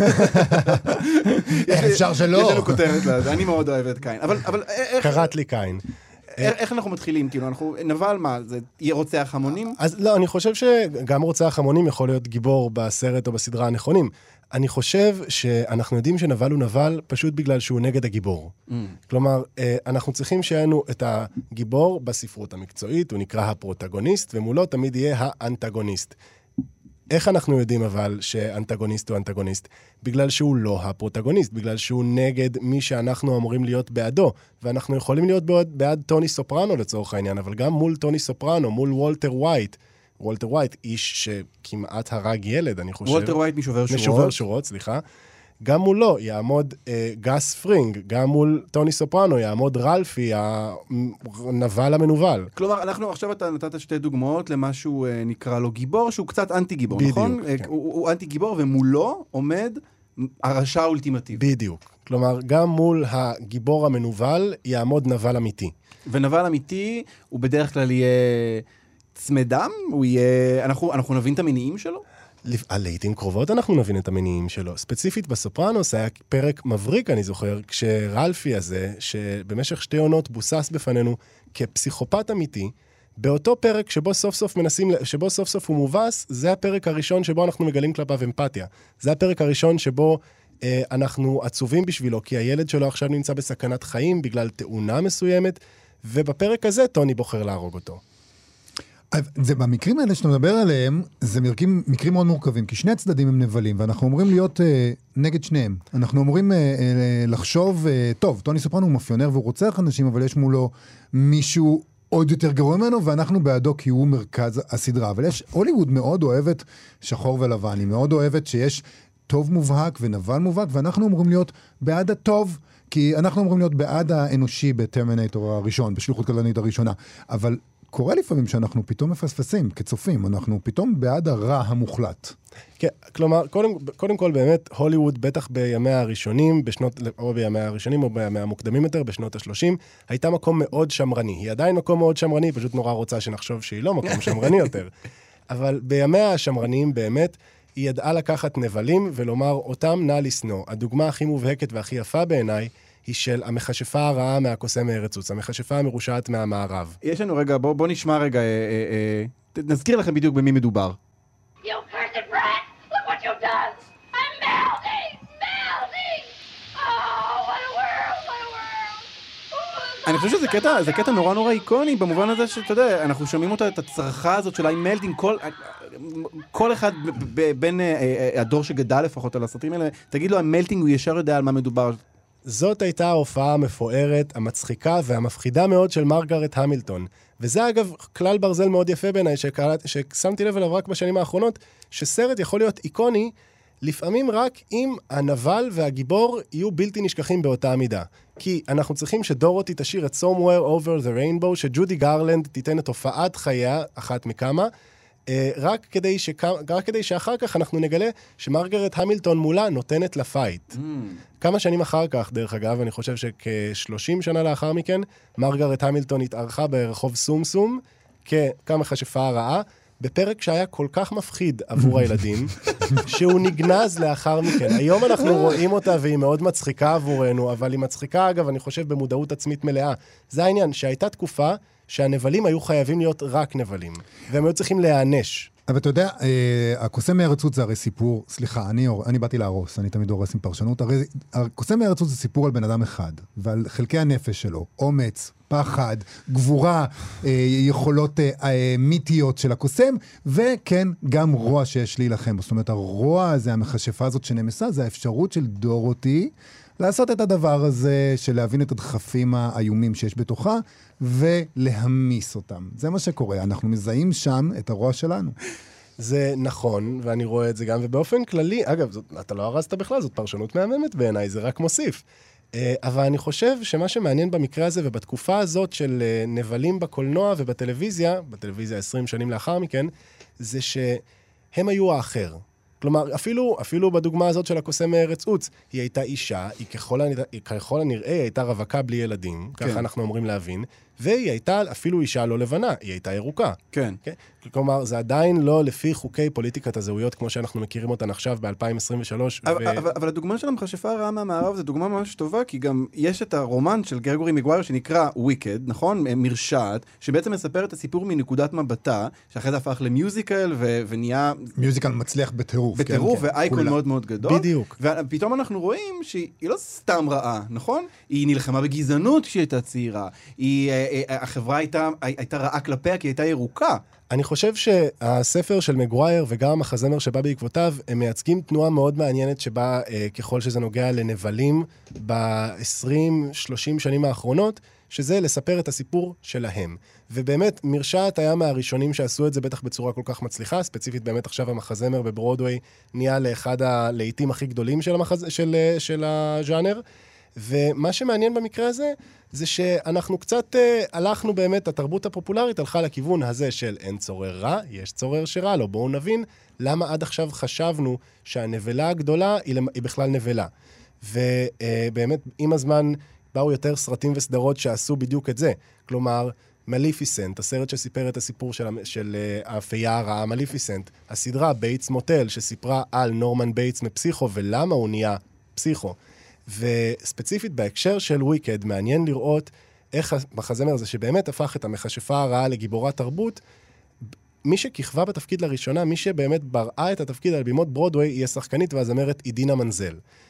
אפשר שלא. יש לנו כותרת לזה, אני מאוד אוהב את קין. אבל איך... קראת לי קין. איך אנחנו מתחילים? כאילו, נבל מה? זה יהיה רוצח המונים? אז לא, אני חושב שגם רוצח המונים יכול להיות גיבור בסרט או בסדרה הנכונים. אני חושב שאנחנו יודעים שנבל הוא נבל פשוט בגלל שהוא נגד הגיבור. כלומר, אנחנו צריכים שיהינו את הגיבור בספרות המקצועית, הוא נקרא הפרוטגוניסט, ומולו תמיד יהיה האנטגוניסט. איך אנחנו יודעים אבל שאנטגוניסט הוא אנטגוניסט? בגלל שהוא לא הפרוטגוניסט, בגלל שהוא נגד מי שאנחנו אמורים להיות בעדו, ואנחנו יכולים להיות בעד טוני סופרנו לצורך העניין, אבל גם מול טוני סופרנו, מול וולטר ווייט, וולטר ווייט, איש שכמעט הרג ילד, אני חושב. וולטר ווייט משובר שורות. משובר שורות, סליחה. גם מולו יעמוד גס פרינג, גם מול טוני סופרנו יעמוד רלפי, הנבל המנובל. כלומר, עכשיו אתה נתת שתי דוגמאות למשהו נקרא לו גיבור, שהוא קצת אנטי גיבור, נכון? בדיוק. הוא אנטי גיבור, ומולו עומד הרשע האולטימטיבי. בדיוק. כלומר, גם מול הגיבור המנובל יעמוד נבל אמיתי. ונבל אמיתי הוא בדרך כלל יהיה צמדם? אנחנו נבין את המניעים שלו? לעתים קרובות אנחנו נבין את המניעים שלו. ספציפית בסופרנוס היה פרק מבריק, אני זוכר, כשרלפי הזה, שבמשך 2 עונות בוסס בפנינו כפסיכופת אמיתי, באותו פרק שבו סוף סוף הוא מובס, זה הפרק הראשון שבו אנחנו מגלים כלפיו אמפתיה. זה הפרק הראשון שבו אנחנו עצובים בשבילו, כי הילד שלו עכשיו נמצא בסכנת חיים בגלל תאונה מסוימת, ובפרק הזה טוני בוחר להרוג אותו. זה במקרים האלה שאתה מדבר עליהם, זה מקרים מאוד מורכבים, כי שני הצדדים הם נבלים, ואנחנו אומרים להיות נגד שניהם. אנחנו אומרים לחשוב, טוב, טוני סופרנו הוא מאפיונר והוא רוצח אנשים, אבל יש מולו מישהו עוד יותר גרוע ממנו, ואנחנו בעדו כי הוא מרכז הסדרה. אבל הוליווד מאוד אוהבת שחור ולבן, היא מאוד אוהבת שיש טוב מובהק ונבל מובהק, ואנחנו אומרים להיות בעד הטוב, כי אנחנו אומרים להיות בעד האנושי בטרמינטור הראשון, בשליחות כלנית הראשונה. אבל קורה לפעמים שאנחנו פתאום מפספסים כצופים, אנחנו פתאום בעד הרע המוחלט. כן, כלומר, קודם כל באמת, הוליווד בטח בימיה הראשונים, או בימיה הראשונים או בימיה המוקדמים יותר, בשנות ה-30, הייתה מקום מאוד שמרני. היא עדיין מקום מאוד שמרני, פשוט נורא רוצה שנחשוב שהיא לא מקום שמרני יותר. אבל בימיה השמרניים באמת, היא ידעה לקחת נבלים ולומר אותם נא לשנוא. הדוגמה הכי מובהקת והכי יפה בעיניי, היא של המכשפה הרעה מהקוסם מארצוץ, המכשפה המרושעת מהמערב. יש לנו רגע, בוא נשמע רגע, נזכיר לכם בדיוק במי מדובר. You cursed brat! Look what you've done! I'm melting! Melting! Oh, what a world! What a world! אני חושב שזה קטע נורא איקוני, במובן הזה שאתה יודע, אנחנו שומעים אותה, את הצרחה הזאת של מלטינג, כל אחד בין הדור שגדל לפחות על הסרטים האלה, תגיד לו, המלטינג הוא ישר יודע על מה מדובר. זאת הייתה ההופעה המפוארת, המצחיקה והמפחידה מאוד של מרגרט המילטון. וזה אגב כלל ברזל מאוד יפה בעיניי, ששמתי לב אליו רק בשנים האחרונות, שסרט יכול להיות איקוני, לפעמים רק אם הנבל והגיבור יהיו בלתי נשכחים באותה מידה. כי אנחנו צריכים שדורותי תשאיר את Somewhere Over the Rainbow, שג'ודי גרלנד תיתן את הופעת חייה, אחת מכמה, רק כדי שאחר כך אנחנו נגלה שמרגרט המילטון מולה נותנת לפייט. כמה שנים אחר כך, דרך אגב, אני חושב שכ-30 שנה לאחר מכן, מרגרט המילטון התארחה ברחוב סום, כמכשפה הרעה, בפרק שהיה כל כך מפחיד עבור הילדים, שהוא נגנז לאחר מכן. היום אנחנו רואים אותה והיא מאוד מצחיקה עבורנו, אבל היא מצחיקה, אגב, אני חושב, במודעות עצמית מלאה. זה העניין, שהייתה תקופה שהנבלים היו חייבים להיות רק נבלים, והם היו צריכים להיענש. אבל אתה יודע, הקוסם מארצות זה הרי סיפור, סליחה, אני באתי להרוס, אני תמיד הורס עם פרשנות, הרי הקוסם מארצות זה סיפור על בן אדם אחד, ועל חלקי הנפש שלו, אומץ, פחד, גבורה, יכולות מיתיות של הקוסם, וכן, גם רוע שיש להילחם. זאת אומרת, הרוע הזה, המכשפה הזאת שנמסה, זה האפשרות של דורותי, לעשות את הדבר הזה, של להבין את הדחפים האיומים שיש בתוכה, ולהמיס אותם. זה מה שקורה. אנחנו מזהים שם את הרוע שלנו. זה נכון, ואני רואה את זה גם, ובאופן כללי, אגב, אתה לא הרסת בכלל, זאת פרשנות מהממת בעיניי, זה רק מוסיף. אבל אני חושב שמה שמעניין במקרה הזה, ובתקופה הזאת של נבלים בקולנוע ובטלוויזיה, בטלוויזיה 20 שנים לאחר מכן, זה שהם היו האחר. כלומר, אפילו בדוגמה הזאת של הקוסם מארץ עוץ, היא הייתה אישה, היא ככל הנראה הייתה רווקה בלי ילדים, כן. ככה אנחנו אומרים להבין, והיא הייתה אפילו אישה לא לבנה, היא הייתה ירוקה. כן. Okay? כלומר, זה עדיין לא לפי חוקי פוליטיקת הזהויות, כמו שאנחנו מכירים אותן עכשיו ב-2023. אבל הדוגמה של המכשפה הרעה מהמערב, זו דוגמה ממש טובה, כי גם יש את הרומן של גרגורי מגווייר, שנקרא Wicked, נכון? מרשעת, שבעצם מספר את הסיפור מנקודת מבטה, שאחרי זה הפך למיוזיקל, ונהיה... מיוזיקל מצליח בטירוף. בטירוף, ואייקון מאוד מאוד גדול. בדיוק. ופתאום אנחנו רואים שהיא לא סתם רעה, נכון? היא נלחמה בגזענות כשהיא הייתה צעירה. החברה הייתה רעה כלפיה, כי היא הייתה ירוקה. אני חושב שהספר של מגווייר וגם המחזמר שבא בעקבותיו, הם מייצגים תנועה מאוד מעניינת שבה, ככל שזה נוגע לנבלים, ב-20-30 שנים האחרונות, שזה לספר את הסיפור שלהם. ובאמת, מרשעת היה מהראשונים שעשו את זה בטח בצורה כל כך מצליחה, ספציפית באמת עכשיו המחזמר בברודווי נהיה לאחד הלעיתים הכי גדולים של הז'אנר, ומה שמעניין במקרה הזה, זה שאנחנו קצת הלכנו באמת, התרבות הפופולרית הלכה לכיוון הזה של אין צורר רע, יש צורר שרע לו. בואו נבין למה עד עכשיו חשבנו שהנבלה הגדולה היא בכלל נבלה. ובאמת, עם הזמן באו יותר סרטים וסדרות שעשו בדיוק את זה. כלומר, מליפיסנט, הסרט שסיפר את הסיפור של האפייה הרעה, מליפיסנט. הסדרה בייטס מוטל, שסיפרה על נורמן בייטס מפסיכו, ולמה הוא נהיה פסיכו. וספציפית בהקשר של וויקד, מעניין לראות איך המחזמר הזה שבאמת הפך את המכשפה הרעה לגיבורת תרבות, מי שכיכבה בתפקיד לראשונה, מי שבאמת בראה את התפקיד על בימות ברודווי, היא השחקנית והזמרת אידינה מנזל,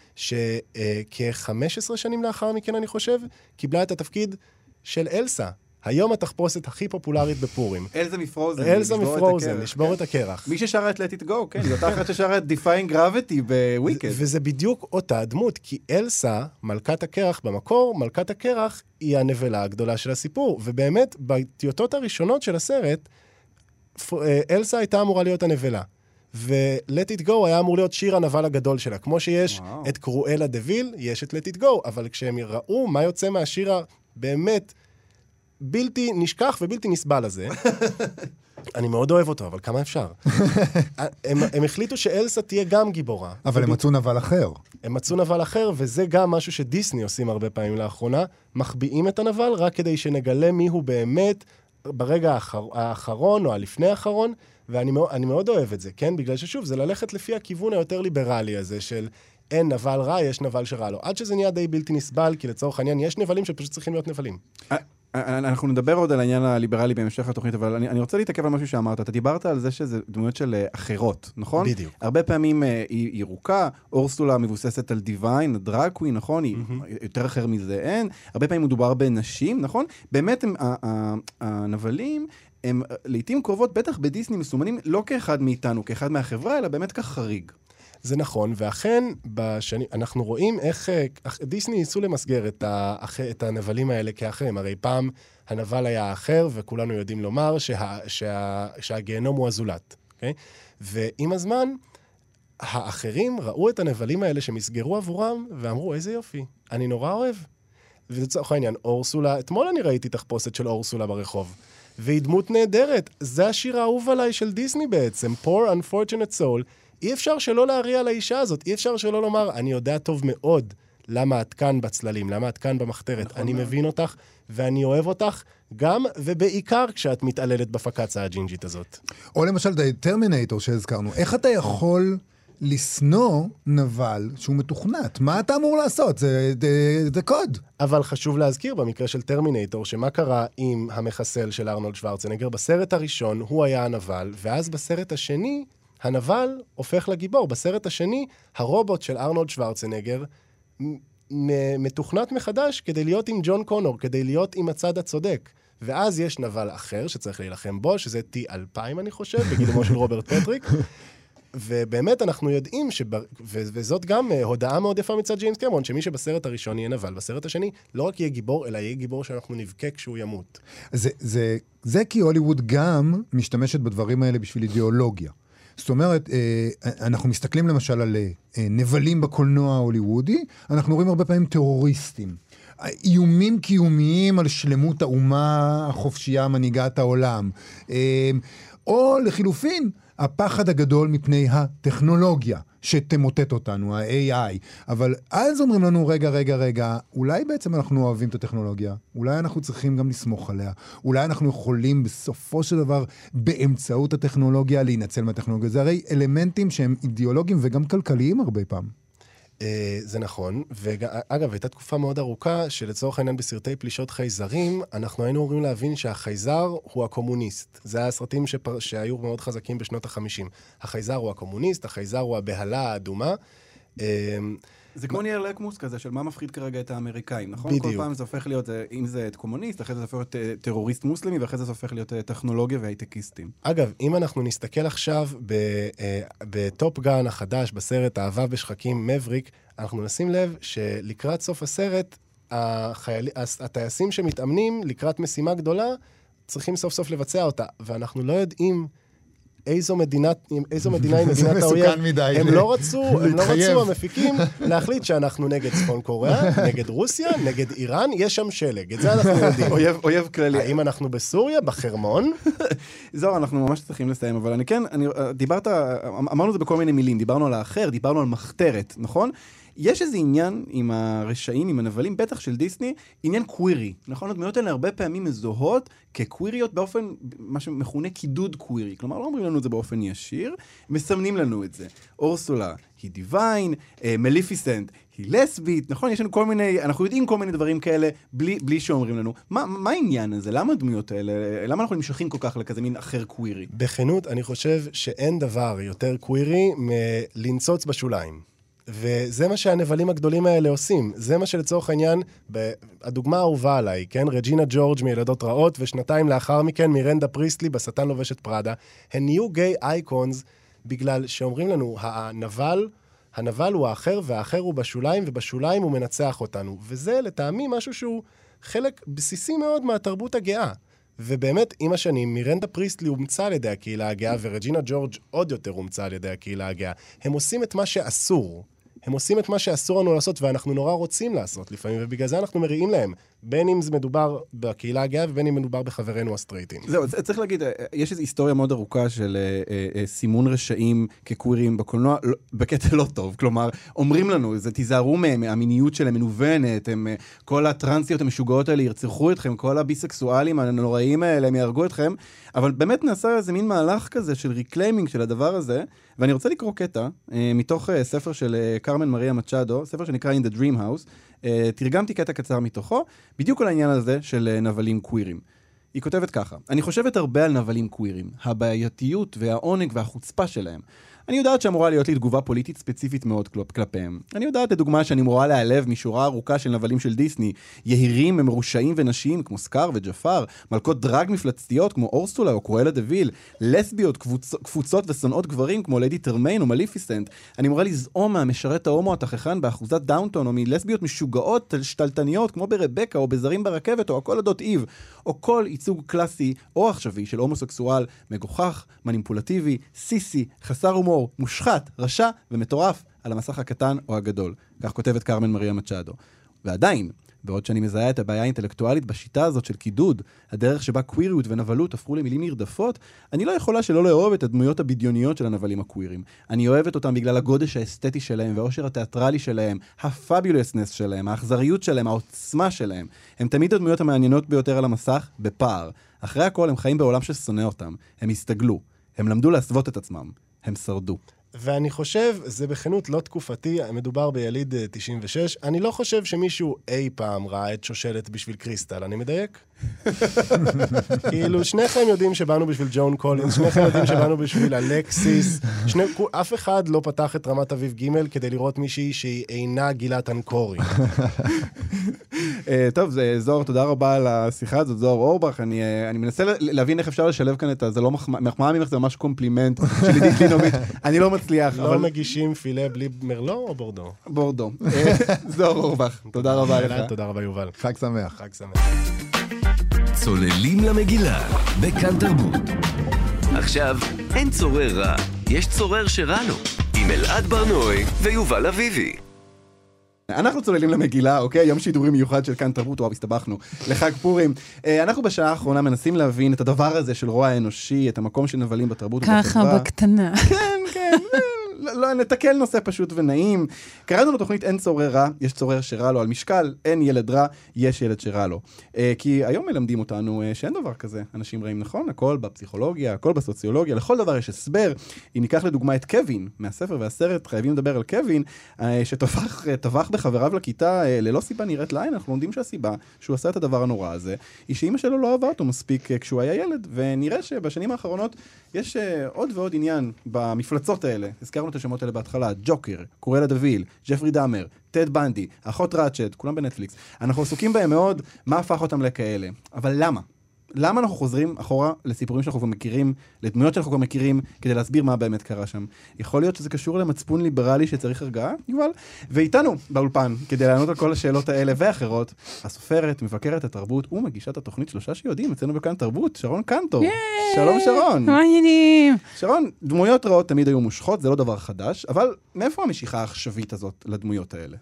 שכ-15 שנים לאחר מכן, אני חושב, קיבלה את התפקיד של אלסה, היום התחפושת הכי פופולרית בפורים. אלזה מפרוזן. אלזה מפרוזן, לשבור את הקרח. מי ששרה את Let It Go, כן, זאת אחת ששרה את Defying Gravity בוויקד. וזה בדיוק אותה דמות, כי אלסה, מלכת הקרח, במקור, מלכת הקרח היא הנבלה הגדולה של הסיפור. ובאמת, בטיוטות הראשונות של הסרט, אלסה הייתה אמורה להיות הנבלה. ו-Let It Go היה אמור להיות שיר הנבל הגדול שלה. כמו שיש את קרואלה דוויל, יש את Let It Go, אבל כשהם ראו מה יוצא מהשיר באמת בלתי נשכח ובלתי נסבל הזה, אני מאוד אוהב אותו, אבל כמה אפשר? הם החליטו שאלסה תהיה גם גיבורה. אבל הם מצאו נבל אחר. הם מצאו נבל אחר, וזה גם משהו שדיסני עושים הרבה פעמים לאחרונה, מחביאים את הנבל רק כדי שנגלה מי הוא באמת ברגע האחרון או הלפני האחרון, ואני מאוד אוהב את זה, כן? בגלל ששוב, זה ללכת לפי הכיוון היותר ליברלי הזה של אין נבל רע, יש נבל שרע לו. עד שזה נהיה די בלתי נסבל, כי לצורך העניין יש נבלים שפשוט צריכים להיות נבלים. אנחנו נדבר עוד על העניין הליברלי בהמשך התוכנית, אבל אני רוצה להתעכב על משהו שאמרת. אתה דיברת על זה שזה דמויות של אחרות, נכון? בדיוק. הרבה פעמים היא ירוקה, אורסולה מבוססת על דיוויין, דרקווי, נכון? יותר אחר מזה אין. הרבה פעמים מדובר בנשים, נכון? באמת הנבלים הם לעתים קרובות, בטח בדיסני מסומנים, לא כאחד מאיתנו, כאחד מהחברה, אלא באמת כחריג. זה נכון, ואכן, אנחנו רואים איך דיסני ניסו למסגר את הנבלים האלה כאחרים. הרי פעם הנבל היה האחר, וכולנו יודעים לומר שהגיהנום הוא הזולת. Okay? ועם הזמן, האחרים ראו את הנבלים האלה שמסגרו עבורם, ואמרו, איזה יופי, אני נורא אוהב. ולצורך העניין, אורסולה, אתמול אני ראיתי תחפושת של אורסולה ברחוב, והיא דמות נהדרת. זה השיר האהוב עליי של דיסני בעצם, Poor Unfortunate Soul. אי אפשר שלא להריע על האישה הזאת, אי אפשר שלא לומר, אני יודע טוב מאוד למה את כאן בצללים, למה את כאן במחתרת. נכון אני מאוד. מבין אותך, ואני אוהב אותך, גם ובעיקר כשאת מתעללת בפקצה הג'ינג'ית הזאת. או למשל, טרמינטור שהזכרנו, איך אתה יכול לסנוע נבל שהוא מתוכנת? מה אתה אמור לעשות? זה קוד. אבל חשוב להזכיר במקרה של טרמינטור, שמה קרה עם המחסל של ארנולד שוורצנגר? בסרט הראשון הוא היה הנבל, ואז בסרט השני, הנבל הופך לגיבור. בסרט השני, הרובוט של ארנולד שוורצנגר מתוכנת מחדש כדי להיות עם ג'ון קונור, כדי להיות עם הצד הצודק. ואז יש נבל אחר שצריך להילחם בו, שזה T-2000 אני חושב, בגידומו של רוברט פטריק. ובאמת אנחנו יודעים, וזאת גם הודעה מאוד יפה מצד ג'יימס קמרון, שמי שבסרט הראשון יהיה נבל, בסרט השני לא רק יהיה גיבור, אלא יהיה גיבור שאנחנו נבכה כשהוא ימות. זה כי הוליווד גם משתמשת בדברים האלה בשביל אידיאולוגיה. זאת אומרת, אנחנו מסתכלים למשל על נבלים בקולנוע ההוליוודי, אנחנו רואים הרבה פעמים טרוריסטים. איומים קיומיים על שלמות האומה החופשייה, מנהיגת העולם. או לחילופין, הפחד הגדול מפני הטכנולוגיה שתמוטט אותנו, ה-AI. אבל אז אומרים לנו, רגע, אולי בעצם אנחנו אוהבים את הטכנולוגיה, אולי אנחנו צריכים גם לסמוך עליה, אולי אנחנו יכולים בסופו של דבר באמצעות הטכנולוגיה להינצל מהטכנולוגיה. זה הרי אלמנטים שהם אידיאולוגיים וגם כלכליים הרבה פעם. זה נכון, ואגב, הייתה תקופה מאוד ארוכה שלצורך העניין בסרטי פלישות חייזרים, אנחנו היינו אומרים להבין שהחייזר הוא הקומוניסט. זה היה הסרטים שהיו מאוד חזקים בשנות ה-50. החייזר הוא הקומוניסט, החייזר הוא הבהלה האדומה. זה כמו נייר לקמוס כזה, של מה מפחיד כרגע את האמריקאים, נכון? בדיוק. כל פעם זה הופך להיות, אם זה קומוניסט, אחרי זה הופך להיות טרוריסט מוסלמי, ואחרי זה הופך להיות טכנולוגיה והייטקיסטים. אגב, אם אנחנו נסתכל עכשיו בטופ גן החדש, בסרט אהבה בשחקים מבריק, אנחנו נשים לב שלקראת סוף הסרט, הטייסים שמתאמנים לקראת משימה גדולה, צריכים סוף סוף לבצע אותה, ואנחנו לא יודעים איזו מדינה היא מדינת האויב. הם לא רצו, המפיקים, להחליט שאנחנו נגד צפון קוריאה, נגד רוסיה, נגד איראן, יש שם שלג. את זה אנחנו יודעים. אויב כללי. האם אנחנו בסוריה, בחרמון? זהו, אנחנו ממש צריכים לסיים, אבל אמרנו זה בכל מיני מילים, דיברנו על האחר, דיברנו על מחתרת, נכון? יש איזה עניין עם הרשעים, עם הנבלים, בטח של דיסני, עניין קווירי. נכון? הדמויות האלה הרבה פעמים מזוהות כקוויריות באופן, מה שמכונה קידוד קווירי. כלומר, לא אומרים לנו את זה באופן ישיר, מסמנים לנו את זה. אורסולה היא דיוויין, מליפיסנט היא לסבית, נכון? יש לנו כל מיני, אנחנו יודעים כל מיני דברים כאלה, בלי שאומרים לנו. מה העניין הזה? למה הדמויות האלה? למה אנחנו נמשכים כל כך לכזה מין אחר קווירי? בכנות, אני חושב שאין דבר יותר קווירי מלנצוץ בשוליים. וזה מה שהנבלים הגדולים האלה עושים. זה מה שלצורך העניין, הדוגמה האהובה עליי, כן? רג'ינה ג'ורג' מילדות רעות, ושנתיים לאחר מכן מירנדה פריסטלי בשטן לובש את פראדה. הן נהיו גיי אייקונס, בגלל שאומרים לנו, הנבל הוא האחר, והאחר הוא בשוליים, ובשוליים הוא מנצח אותנו. וזה לטעמי משהו שהוא חלק בסיסי מאוד מהתרבות הגאה. ובאמת, עם השנים, מירנדה פריסטלי הומצא על ידי הקהילה הגאה, ורג'ינה ג'ורג' עוד יותר הומצא על ידי הקהילה הגאה. הם עושים את מה שאסור. הם עושים את מה שאסור לנו לעשות, ואנחנו נורא רוצים לעשות לפעמים, ובגלל זה אנחנו מריעים להם. בין אם זה מדובר בקהילה הגאה, ובין אם מדובר בחברינו הסטרייטים. זהו, צריך להגיד, יש איזו היסטוריה מאוד ארוכה של סימון רשעים כקווירים בקולנוע, בקטע לא טוב. כלומר, אומרים לנו, תיזהרו מהם, המיניות שלהם מנוונת, כל הטרנסיות המשוגעות האלה ירצחו אתכם, כל הביסקסואלים הנוראים האלה, הם יהרגו אתכם, אבל באמת נעשה איזה מין מהלך כזה של ריקליימינג של הדבר הזה, ואני רוצה לקרוא קטע מתוך ספר של קרמן מריה מצ'אדו, ספר שנקרא In the Dream House, תרגמתי קטע קצר מתוכו, בדיוק על העניין הזה של נבלים קווירים. היא כותבת ככה, אני חושבת הרבה על נבלים קווירים, הבעייתיות והעונג והחוצפה שלהם. אני יודעת שאמורה להיות לי תגובה פוליטית ספציפית מאוד כלפיהם. אני יודעת, לדוגמה, שאני אמורה להיעלב משורה ארוכה של נבלים של דיסני, יהירים ומרושעים ונשיים כמו סקאר וג'פר, מלכות דרג מפלצתיות כמו אורסולה או קרואלה דוויל, לסביות, קפוצות ושונאות גברים כמו ליידי טרמיין או מליפיסנט. אני אמורה לזעום מהמשרת ההומו התחכן באחוזת דאונטון, או מלסביות משוגעות שתלטניות כמו ברבקה או בזרים ברכבת או הקולדות איב, או כל ייצוג קלאסי או עכשווי של הומוסקסואל מגוחך, מניפולטיבי, סיסי, חסר הומור, מושחת, רשע ומטורף על המסך הקטן או הגדול. כך כותבת קרמן מריה מצ'אדו. ועדיין, בעוד שאני מזהה את הבעיה האינטלקטואלית בשיטה הזאת של קידוד, הדרך שבה קוויריות ונבלות הפכו למילים נרדפות, אני לא יכולה שלא לאהוב את הדמויות הבדיוניות של הנבלים הקווירים. אני אוהבת אותם בגלל הגודש האסתטי שלהם והאושר התיאטרלי שלהם, הפאבולוסנס שלהם, האכזריות שלהם, העוצמה שלהם. הם תמיד הדמויות המעניינות ביותר על המסך, בפער. אחרי הכל הם חיים בעולם ששונא אותם. הם הסתגלו. הם למדו להסוות את עצמם. הם שרדו. ואני חושב, זה בכנות לא תקופתי, מדובר ביליד 96, אני לא חושב שמישהו אי פעם ראה את שושלת בשביל קריסטל, אני מדייק? כאילו, שניכם יודעים שבאנו בשביל ג'ון קולינס, שניכם יודעים שבאנו בשביל אלקסיס, אף אחד לא פתח את רמת אביב ג' כדי לראות מישהי שהיא אינה גילת אנקורי. טוב, זוהר, תודה רבה על השיחה הזאת, זוהר אורבך, אני מנסה להבין איך אפשר לשלב כאן את זה, לא מחמאה ממך, זה ממש קומפלימנט של עידית לינוביץ', אני לא מצליח. לא מגישים פילה בלי מרלו או בורדו? בורדו. זוהר אורבך, תודה רבה לך. תודה רבה יובל. חג שמח. חג שמח. צוללים למגילה, בכאן תרבות. עכשיו, אין צורר רע, יש צורר שרע לו, עם אלעד ברנועי ויובל אביבי. אנחנו צוללים למגילה, אוקיי? יום שידורי מיוחד של כאן תרבות, וואו, הסתבכנו, לחג פורים. אנחנו בשעה האחרונה מנסים להבין את הדבר הזה של רוע האנושי, את המקום של נבלים בתרבות ובחברה. ככה בקטנה. כן, כן. לא, נתקל נושא פשוט ונעים. קראנו לתוכנית אין צורר רע, יש צורר שרע לו. על משקל, אין ילד רע, יש ילד שרע לו. כי היום מלמדים אותנו שאין דבר כזה. אנשים רעים, נכון? הכל בפסיכולוגיה, הכל בסוציולוגיה, לכל דבר יש הסבר. אם ניקח לדוגמה את קווין, מהספר והסרט, חייבים לדבר על קווין, שטבח בחבריו לכיתה ללא סיבה נראית לעין. אנחנו לומדים שהסיבה שהוא עשה את הדבר הנורא הזה, היא שאמא שלו לא אהבה אותו מספיק כשהוא היה ילד, ונראה שבשנים האחרונות יש עוד ועוד עניין במפלצות האלה. הזכרנו את השמות האלה בהתחלה, ג'וקר, קרואלה דוויל, ג'פרי דאמר, טד בנדי, אחות ראצ'ט, כולם בנטפליקס. אנחנו עסוקים בהם מאוד, מה הפך אותם לכאלה. אבל למה? למה אנחנו חוזרים אחורה לסיפורים שאנחנו כבר מכירים, לדמויות שאנחנו כבר מכירים, כדי להסביר מה באמת קרה שם? יכול להיות שזה קשור למצפון ליברלי שצריך הרגעה, יובל? ואיתנו באולפן, כדי לענות על כל השאלות האלה ואחרות, הסופרת, מבקרת התרבות ומגישת התוכנית שלושה שיודעים, אצלנו בכאן תרבות, שרון קנטור. שלום שרון. מה העניינים? שרון, דמויות רעות תמיד היו מושכות, זה לא דבר חדש, אבל מאיפה המשיכה העכשווית הזאת לדמויות האלה?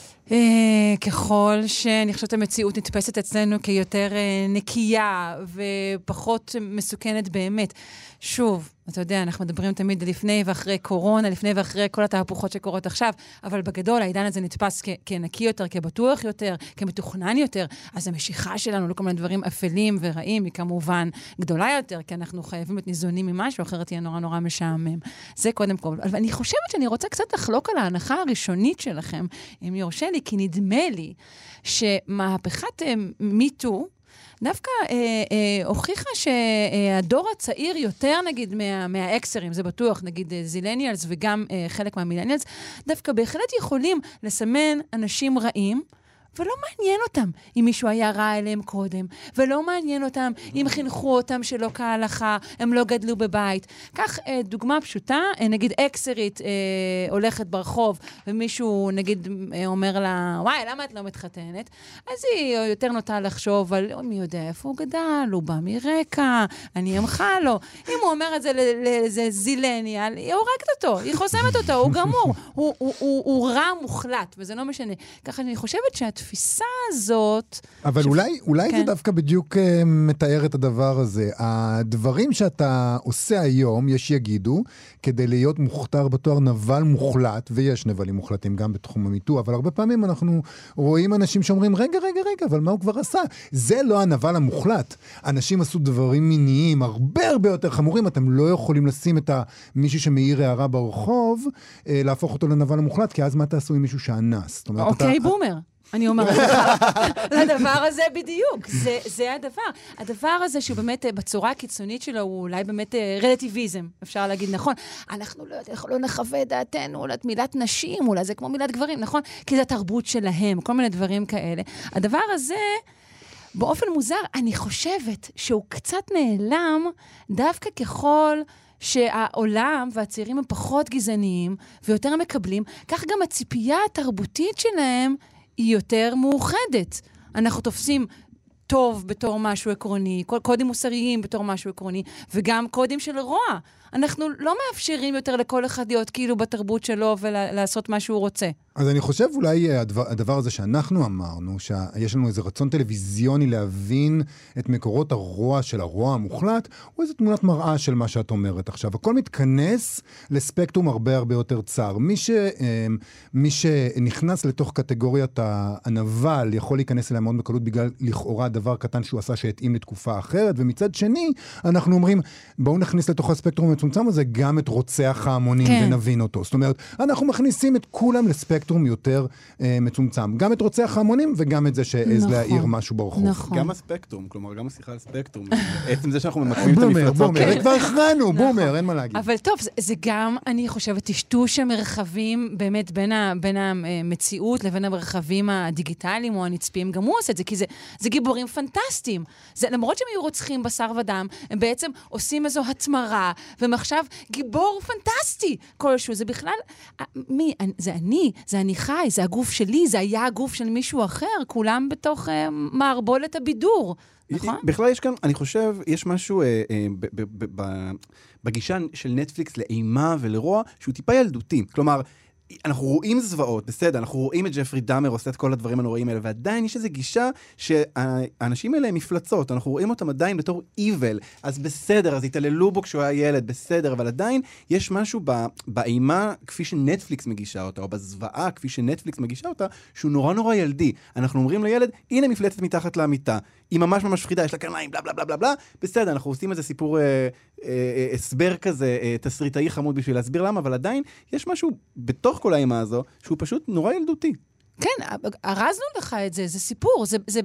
ככל שאני חושבת המציאות נתפסת אצלנו כיותר נקייה ופחות מסוכנת באמת. שוב, אתה יודע, אנחנו מדברים תמיד לפני ואחרי קורונה, לפני ואחרי כל התהפוכות שקורות עכשיו, אבל בגדול העידן הזה נתפס כנקי יותר, כבטוח יותר, כמתוכנן יותר, אז המשיכה שלנו לכל מיני דברים אפלים ורעים היא כמובן גדולה יותר, כי אנחנו חייבים להיות ניזונים ממשהו, אחרת תהיה נורא נורא משעמם. זה קודם כל. אבל אני חושבת שאני רוצה קצת לחלוק על ההנחה הראשונית שלכם, אם יורשה לי, כי נדמה לי שמהפכת מיטו, דווקא הוכיחה שהדור הצעיר יותר, נגיד, מהאקסרים, זה בטוח, נגיד זילניאלס וגם חלק מהמילניאלס, דווקא בהחלט יכולים לסמן אנשים רעים, ולא מעניין אותם אם מישהו היה רע אליהם קודם, ולא מעניין אותם אם חינכו אותם שלא כהלכה, הם לא גדלו בבית. כך דוגמה פשוטה, נגיד אקסרית הולכת ברחוב, ומישהו נגיד אומר לה, וואי, למה את לא מתחתנת? אז היא יותר נוטה לחשוב על מי יודע איפה הוא גדל, הוא בא מרקע, אני אמחה לו. אם הוא אומר את זה לאיזה זילניאל, היא הורגת אותו, היא חוסמת אותו, הוא גמור. הוא רע מוחלט, וזה לא משנה. ככה אני חושבת התפיסה הזאת... אבל אולי זה דווקא בדיוק מתאר את הדבר הזה. הדברים שאתה עושה היום, יש יגידו, כדי להיות מוכתר בתואר נבל מוחלט, ויש נבלים מוחלטים גם בתחום המיטו, אבל הרבה פעמים אנחנו רואים אנשים שאומרים, רגע, אבל מה הוא כבר עשה? זה לא הנבל המוחלט. אנשים עשו דברים מיניים הרבה יותר חמורים, אתם לא יכולים לשים את מישהו שמאיר הערה ברחוב, להפוך אותו לנבל המוחלט, כי אז מה תעשו עם מישהו שאנס? אוקיי, בומר. אני אומרת לך, לדבר הזה בדיוק, זה הדבר. הדבר הזה שהוא באמת, בצורה הקיצונית שלו, הוא אולי באמת רלטיביזם, אפשר להגיד, נכון? אנחנו לא נחווה דעתנו, אולי מילת נשים, אולי זה כמו מילת גברים, נכון? כי זה התרבות שלהם, כל מיני דברים כאלה. הדבר הזה, באופן מוזר, אני חושבת שהוא קצת נעלם, דווקא ככל שהעולם והצעירים הם פחות גזעניים, ויותר מקבלים, כך גם הציפייה התרבותית שלהם, היא יותר מאוחדת. אנחנו תופסים טוב בתור משהו עקרוני, קודים מוסריים בתור משהו עקרוני, וגם קודים של רוע. אנחנו לא מאפשרים יותר לכל אחד להיות כאילו בתרבות שלו ולעשות מה שהוא רוצה. אז אני חושב אולי הדבר הזה שאנחנו אמרנו, שיש לנו איזה רצון טלוויזיוני להבין את מקורות הרוע של הרוע המוחלט, הוא איזו תמונת מראה של מה שאת אומרת עכשיו. הכל מתכנס לספקטרום הרבה הרבה יותר צר. מי שנכנס לתוך קטגוריית הנבל יכול להיכנס אליה מאוד בקלות בגלל לכאורה דבר קטן שהוא עשה שהתאים לתקופה אחרת, ומצד שני אנחנו אומרים, בואו נכניס לתוך הספקטרום המצומצם הזה גם את רוצח ההמונים ונבין אותו. זאת אומרת, אנחנו מכניסים את כולם לספקטרום יותר מצומצם. גם את רוצח ההמונים וגם את זה שעז להעיר משהו ברחוב. גם הספקטרום, כלומר, גם השיחה על ספקטרום. עצם זה שאנחנו ממקמים את המפלצות. בומר, כבר הכרענו, בומר, אין מה להגיד. אבל טוב, זה גם, אני חושבת, טשטוש המרחבים באמת בין המציאות לבין המרחבים הדיגיטליים או הנצפיים. גם הוא עושה את זה, כי זה גיבורים פנטסטיים. למרות שהם היו רוצחים בשר ודם, הם בעצם עושים איזו התמרה, ומחשב גיבור פנטסטי כלשהו. זה בכלל, זה אני, זה אני חי, זה הגוף שלי, זה היה הגוף של מישהו אחר, כולם בתוך מערבולת הבידור. נכון? בכלל יש כאן, אני חושב, יש משהו בגישה של נטפליקס לאימה ולרוע, שהוא טיפה ילדותי. כלומר, אנחנו רואים זוועות, בסדר, אנחנו רואים את ג'פרי דאמר עושה את כל הדברים הנוראים האלה, ועדיין יש איזו גישה שהאנשים האלה הם מפלצות, אנחנו רואים אותם עדיין בתור evil, אז בסדר, אז התעללו בו כשהוא היה ילד, בסדר, אבל עדיין יש משהו באימה כפי שנטפליקס מגישה אותה, או בזוועה כפי שנטפליקס מגישה אותה, שהוא נורא נורא ילדי. אנחנו אומרים לילד, הנה מפלצת מתחת למיטה, היא ממש ממש פחידה, יש לה קרניים, בלה בלה בלה בלה בלה, בסדר, אנחנו עושים איזה סיפור הסבר כזה, תסריטאי חמוד בשביל להסביר למה, אבל עדיין יש משהו בתוך כל האימה הזו, שהוא פשוט נורא ילדותי. כן, הרזנו לך את זה, זה סיפור, זה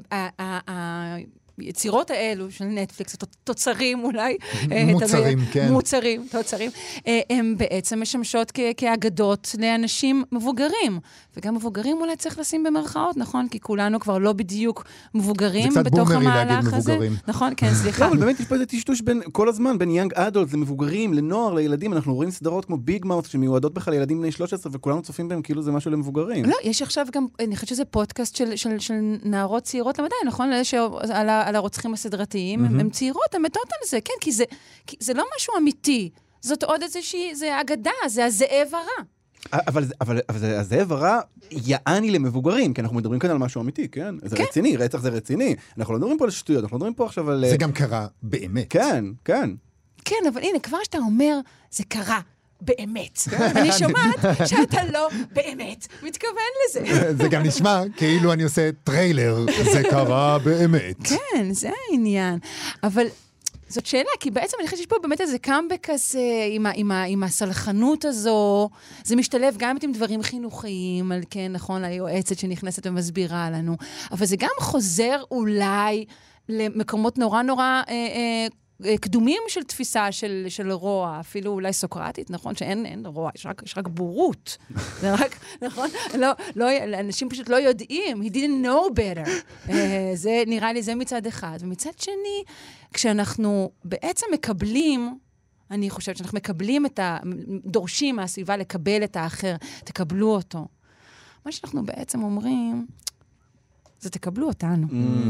היצירות האלו של נטפליקס, תוצרים אולי. מוצרים, כן. תוצרים. הם בעצם משמשות כאגדות לאנשים מבוגרים. וגם מבוגרים אולי צריך לשים במרכאות, נכון? כי כולנו כבר לא בדיוק מבוגרים בתוך המהלך הזה. נכון, כן, סליחה. אבל באמת יש פה איזה טשטוש כל הזמן, בין יאנג אדולט למבוגרים, לנוער, לילדים. אנחנו רואים סדרות כמו ביג מאוס, שמיועדות בכלל לילדים בני 13, וכולנו צופים בהם כאילו זה משהו למבוגרים. לא, יש עכשיו גם, אני חושבת שזה פודקאסט של נערות צעירות למדי, נכון? על הרוצחים הסדרתיים, הם צעירות, הם מתות על זה, כן, כי זה לא משהו אמיתי. זאת עוד איזושהי, זה אגדה, זה הזאב הרע. אבל הזאב הרע יעני למבוגרים, כי אנחנו מדברים כאן על משהו אמיתי, כן? זה רציני, רצח זה רציני. אנחנו לא מדברים פה על שטויות, אנחנו מדברים פה עכשיו על... זה גם קרה באמת. כן, כן. כן, אבל הנה, כבר שאתה אומר, זה קרה. באמת. אני שומעת שאתה לא באמת מתכוון לזה. זה גם נשמע כאילו אני עושה טריילר, זה קרה באמת. כן, זה העניין. אבל זאת שאלה, כי בעצם אני חושבת שיש פה באמת איזה קאמבק כזה, עם הסלחנות הזו, זה משתלב גם עם דברים חינוכיים, על כן, נכון, היועצת שנכנסת ומסבירה לנו, אבל זה גם חוזר אולי למקומות נורא נורא קדומים של תפיסה של רוע, אפילו אולי סוקרטית, נכון? שאין רוע, יש רק בורות. זה רק, נכון? אנשים פשוט לא יודעים. He didn't know better. זה, נראה לי, זה מצד אחד. ומצד שני, כשאנחנו בעצם מקבלים, אני חושבת שאנחנו מקבלים דורשים מהסביבה לקבל את האחר, תקבלו אותו. מה שאנחנו בעצם אומרים, זה תקבלו אותנו.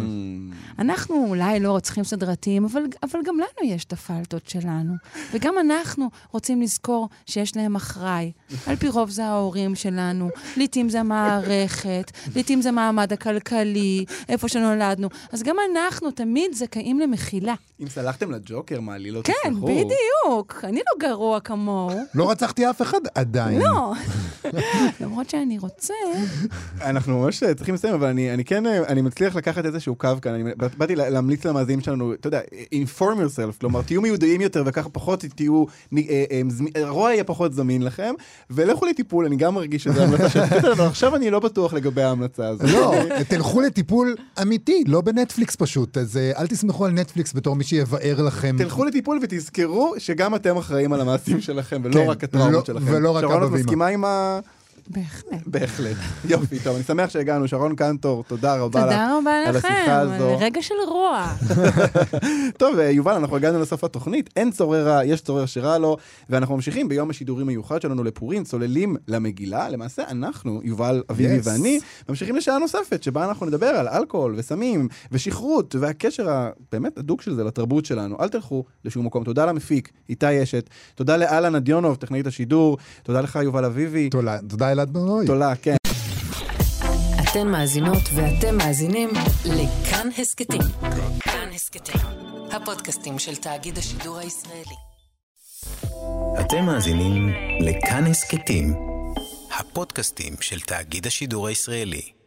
אנחנו אולי לא רוצחים סדרתיים, אבל גם לנו יש את הפלטות שלנו. וגם אנחנו רוצים לזכור שיש להם אחראי. על פי רוב זה ההורים שלנו, לעתים זה המערכת, לעתים זה מעמד הכלכלי, איפה שנולדנו. אז גם אנחנו תמיד זכאים למחילה. אם סלחתם לג'וקר, מה, לי לא תסלחו? כן, בדיוק. אני לא גרוע כמוהו. לא רצחתי אף אחד עדיין. לא. למרות שאני רוצה... אנחנו ממש צריכים לסיים, אבל אני כן כן, אני מצליח לקחת איזשהו קו כאן, אני באתי להמליץ למאזינים שלנו, אתה יודע, inform yourself, כלומר, תהיו מיודעים יותר וככה פחות תהיו, הרוע יהיה פחות זמין לכם, ולכו לטיפול, אני גם מרגיש שזה המלצה שתפית, אבל עכשיו אני לא בטוח לגבי ההמלצה הזאת. לא, תלכו לטיפול אמיתי, לא בנטפליקס פשוט, אז אל תסמכו על נטפליקס בתור מי שיבאר לכם. תלכו לטיפול ותזכרו שגם אתם אחראים על המעשים שלכם, ולא רק הטראומות שלכם. ולא רק שרון, את אבא מסכימה עם ה... בהחלט. בהחלט. יופי, טוב, אני שמח שהגענו. שרון קנטור, תודה רבה לך. תודה רבה על השיחה לכם, הזו. רגע של רוע. טוב, יובל, אנחנו הגענו לסוף התוכנית. אין צורר רע, יש צורר שרע לו, ואנחנו ממשיכים ביום השידורים מיוחד שלנו לפורים, צוללים למגילה. למעשה אנחנו, יובל, אביבי ואני, ממשיכים לשעה נוספת, שבה אנחנו נדבר על אלכוהול וסמים ושכרות, והקשר הבאמת הדוק של זה לתרבות שלנו. אל תלכו לשום מקום. תודה למפיק, איתי אשת. תודה לאלן אדיונוב, טכנאית השידור. תודה לך, יובל אביבי. תודה אלעד ברנועי. תודה, כן. אתן מאזינות ואתם מאזינים לכאן הסקטים. כאן הסקטים, הפודקאסטים של תאגיד השידור הישראלי. אתם מאזינים לכאן הסקטים, הפודקאסטים של תאגיד השידור הישראלי.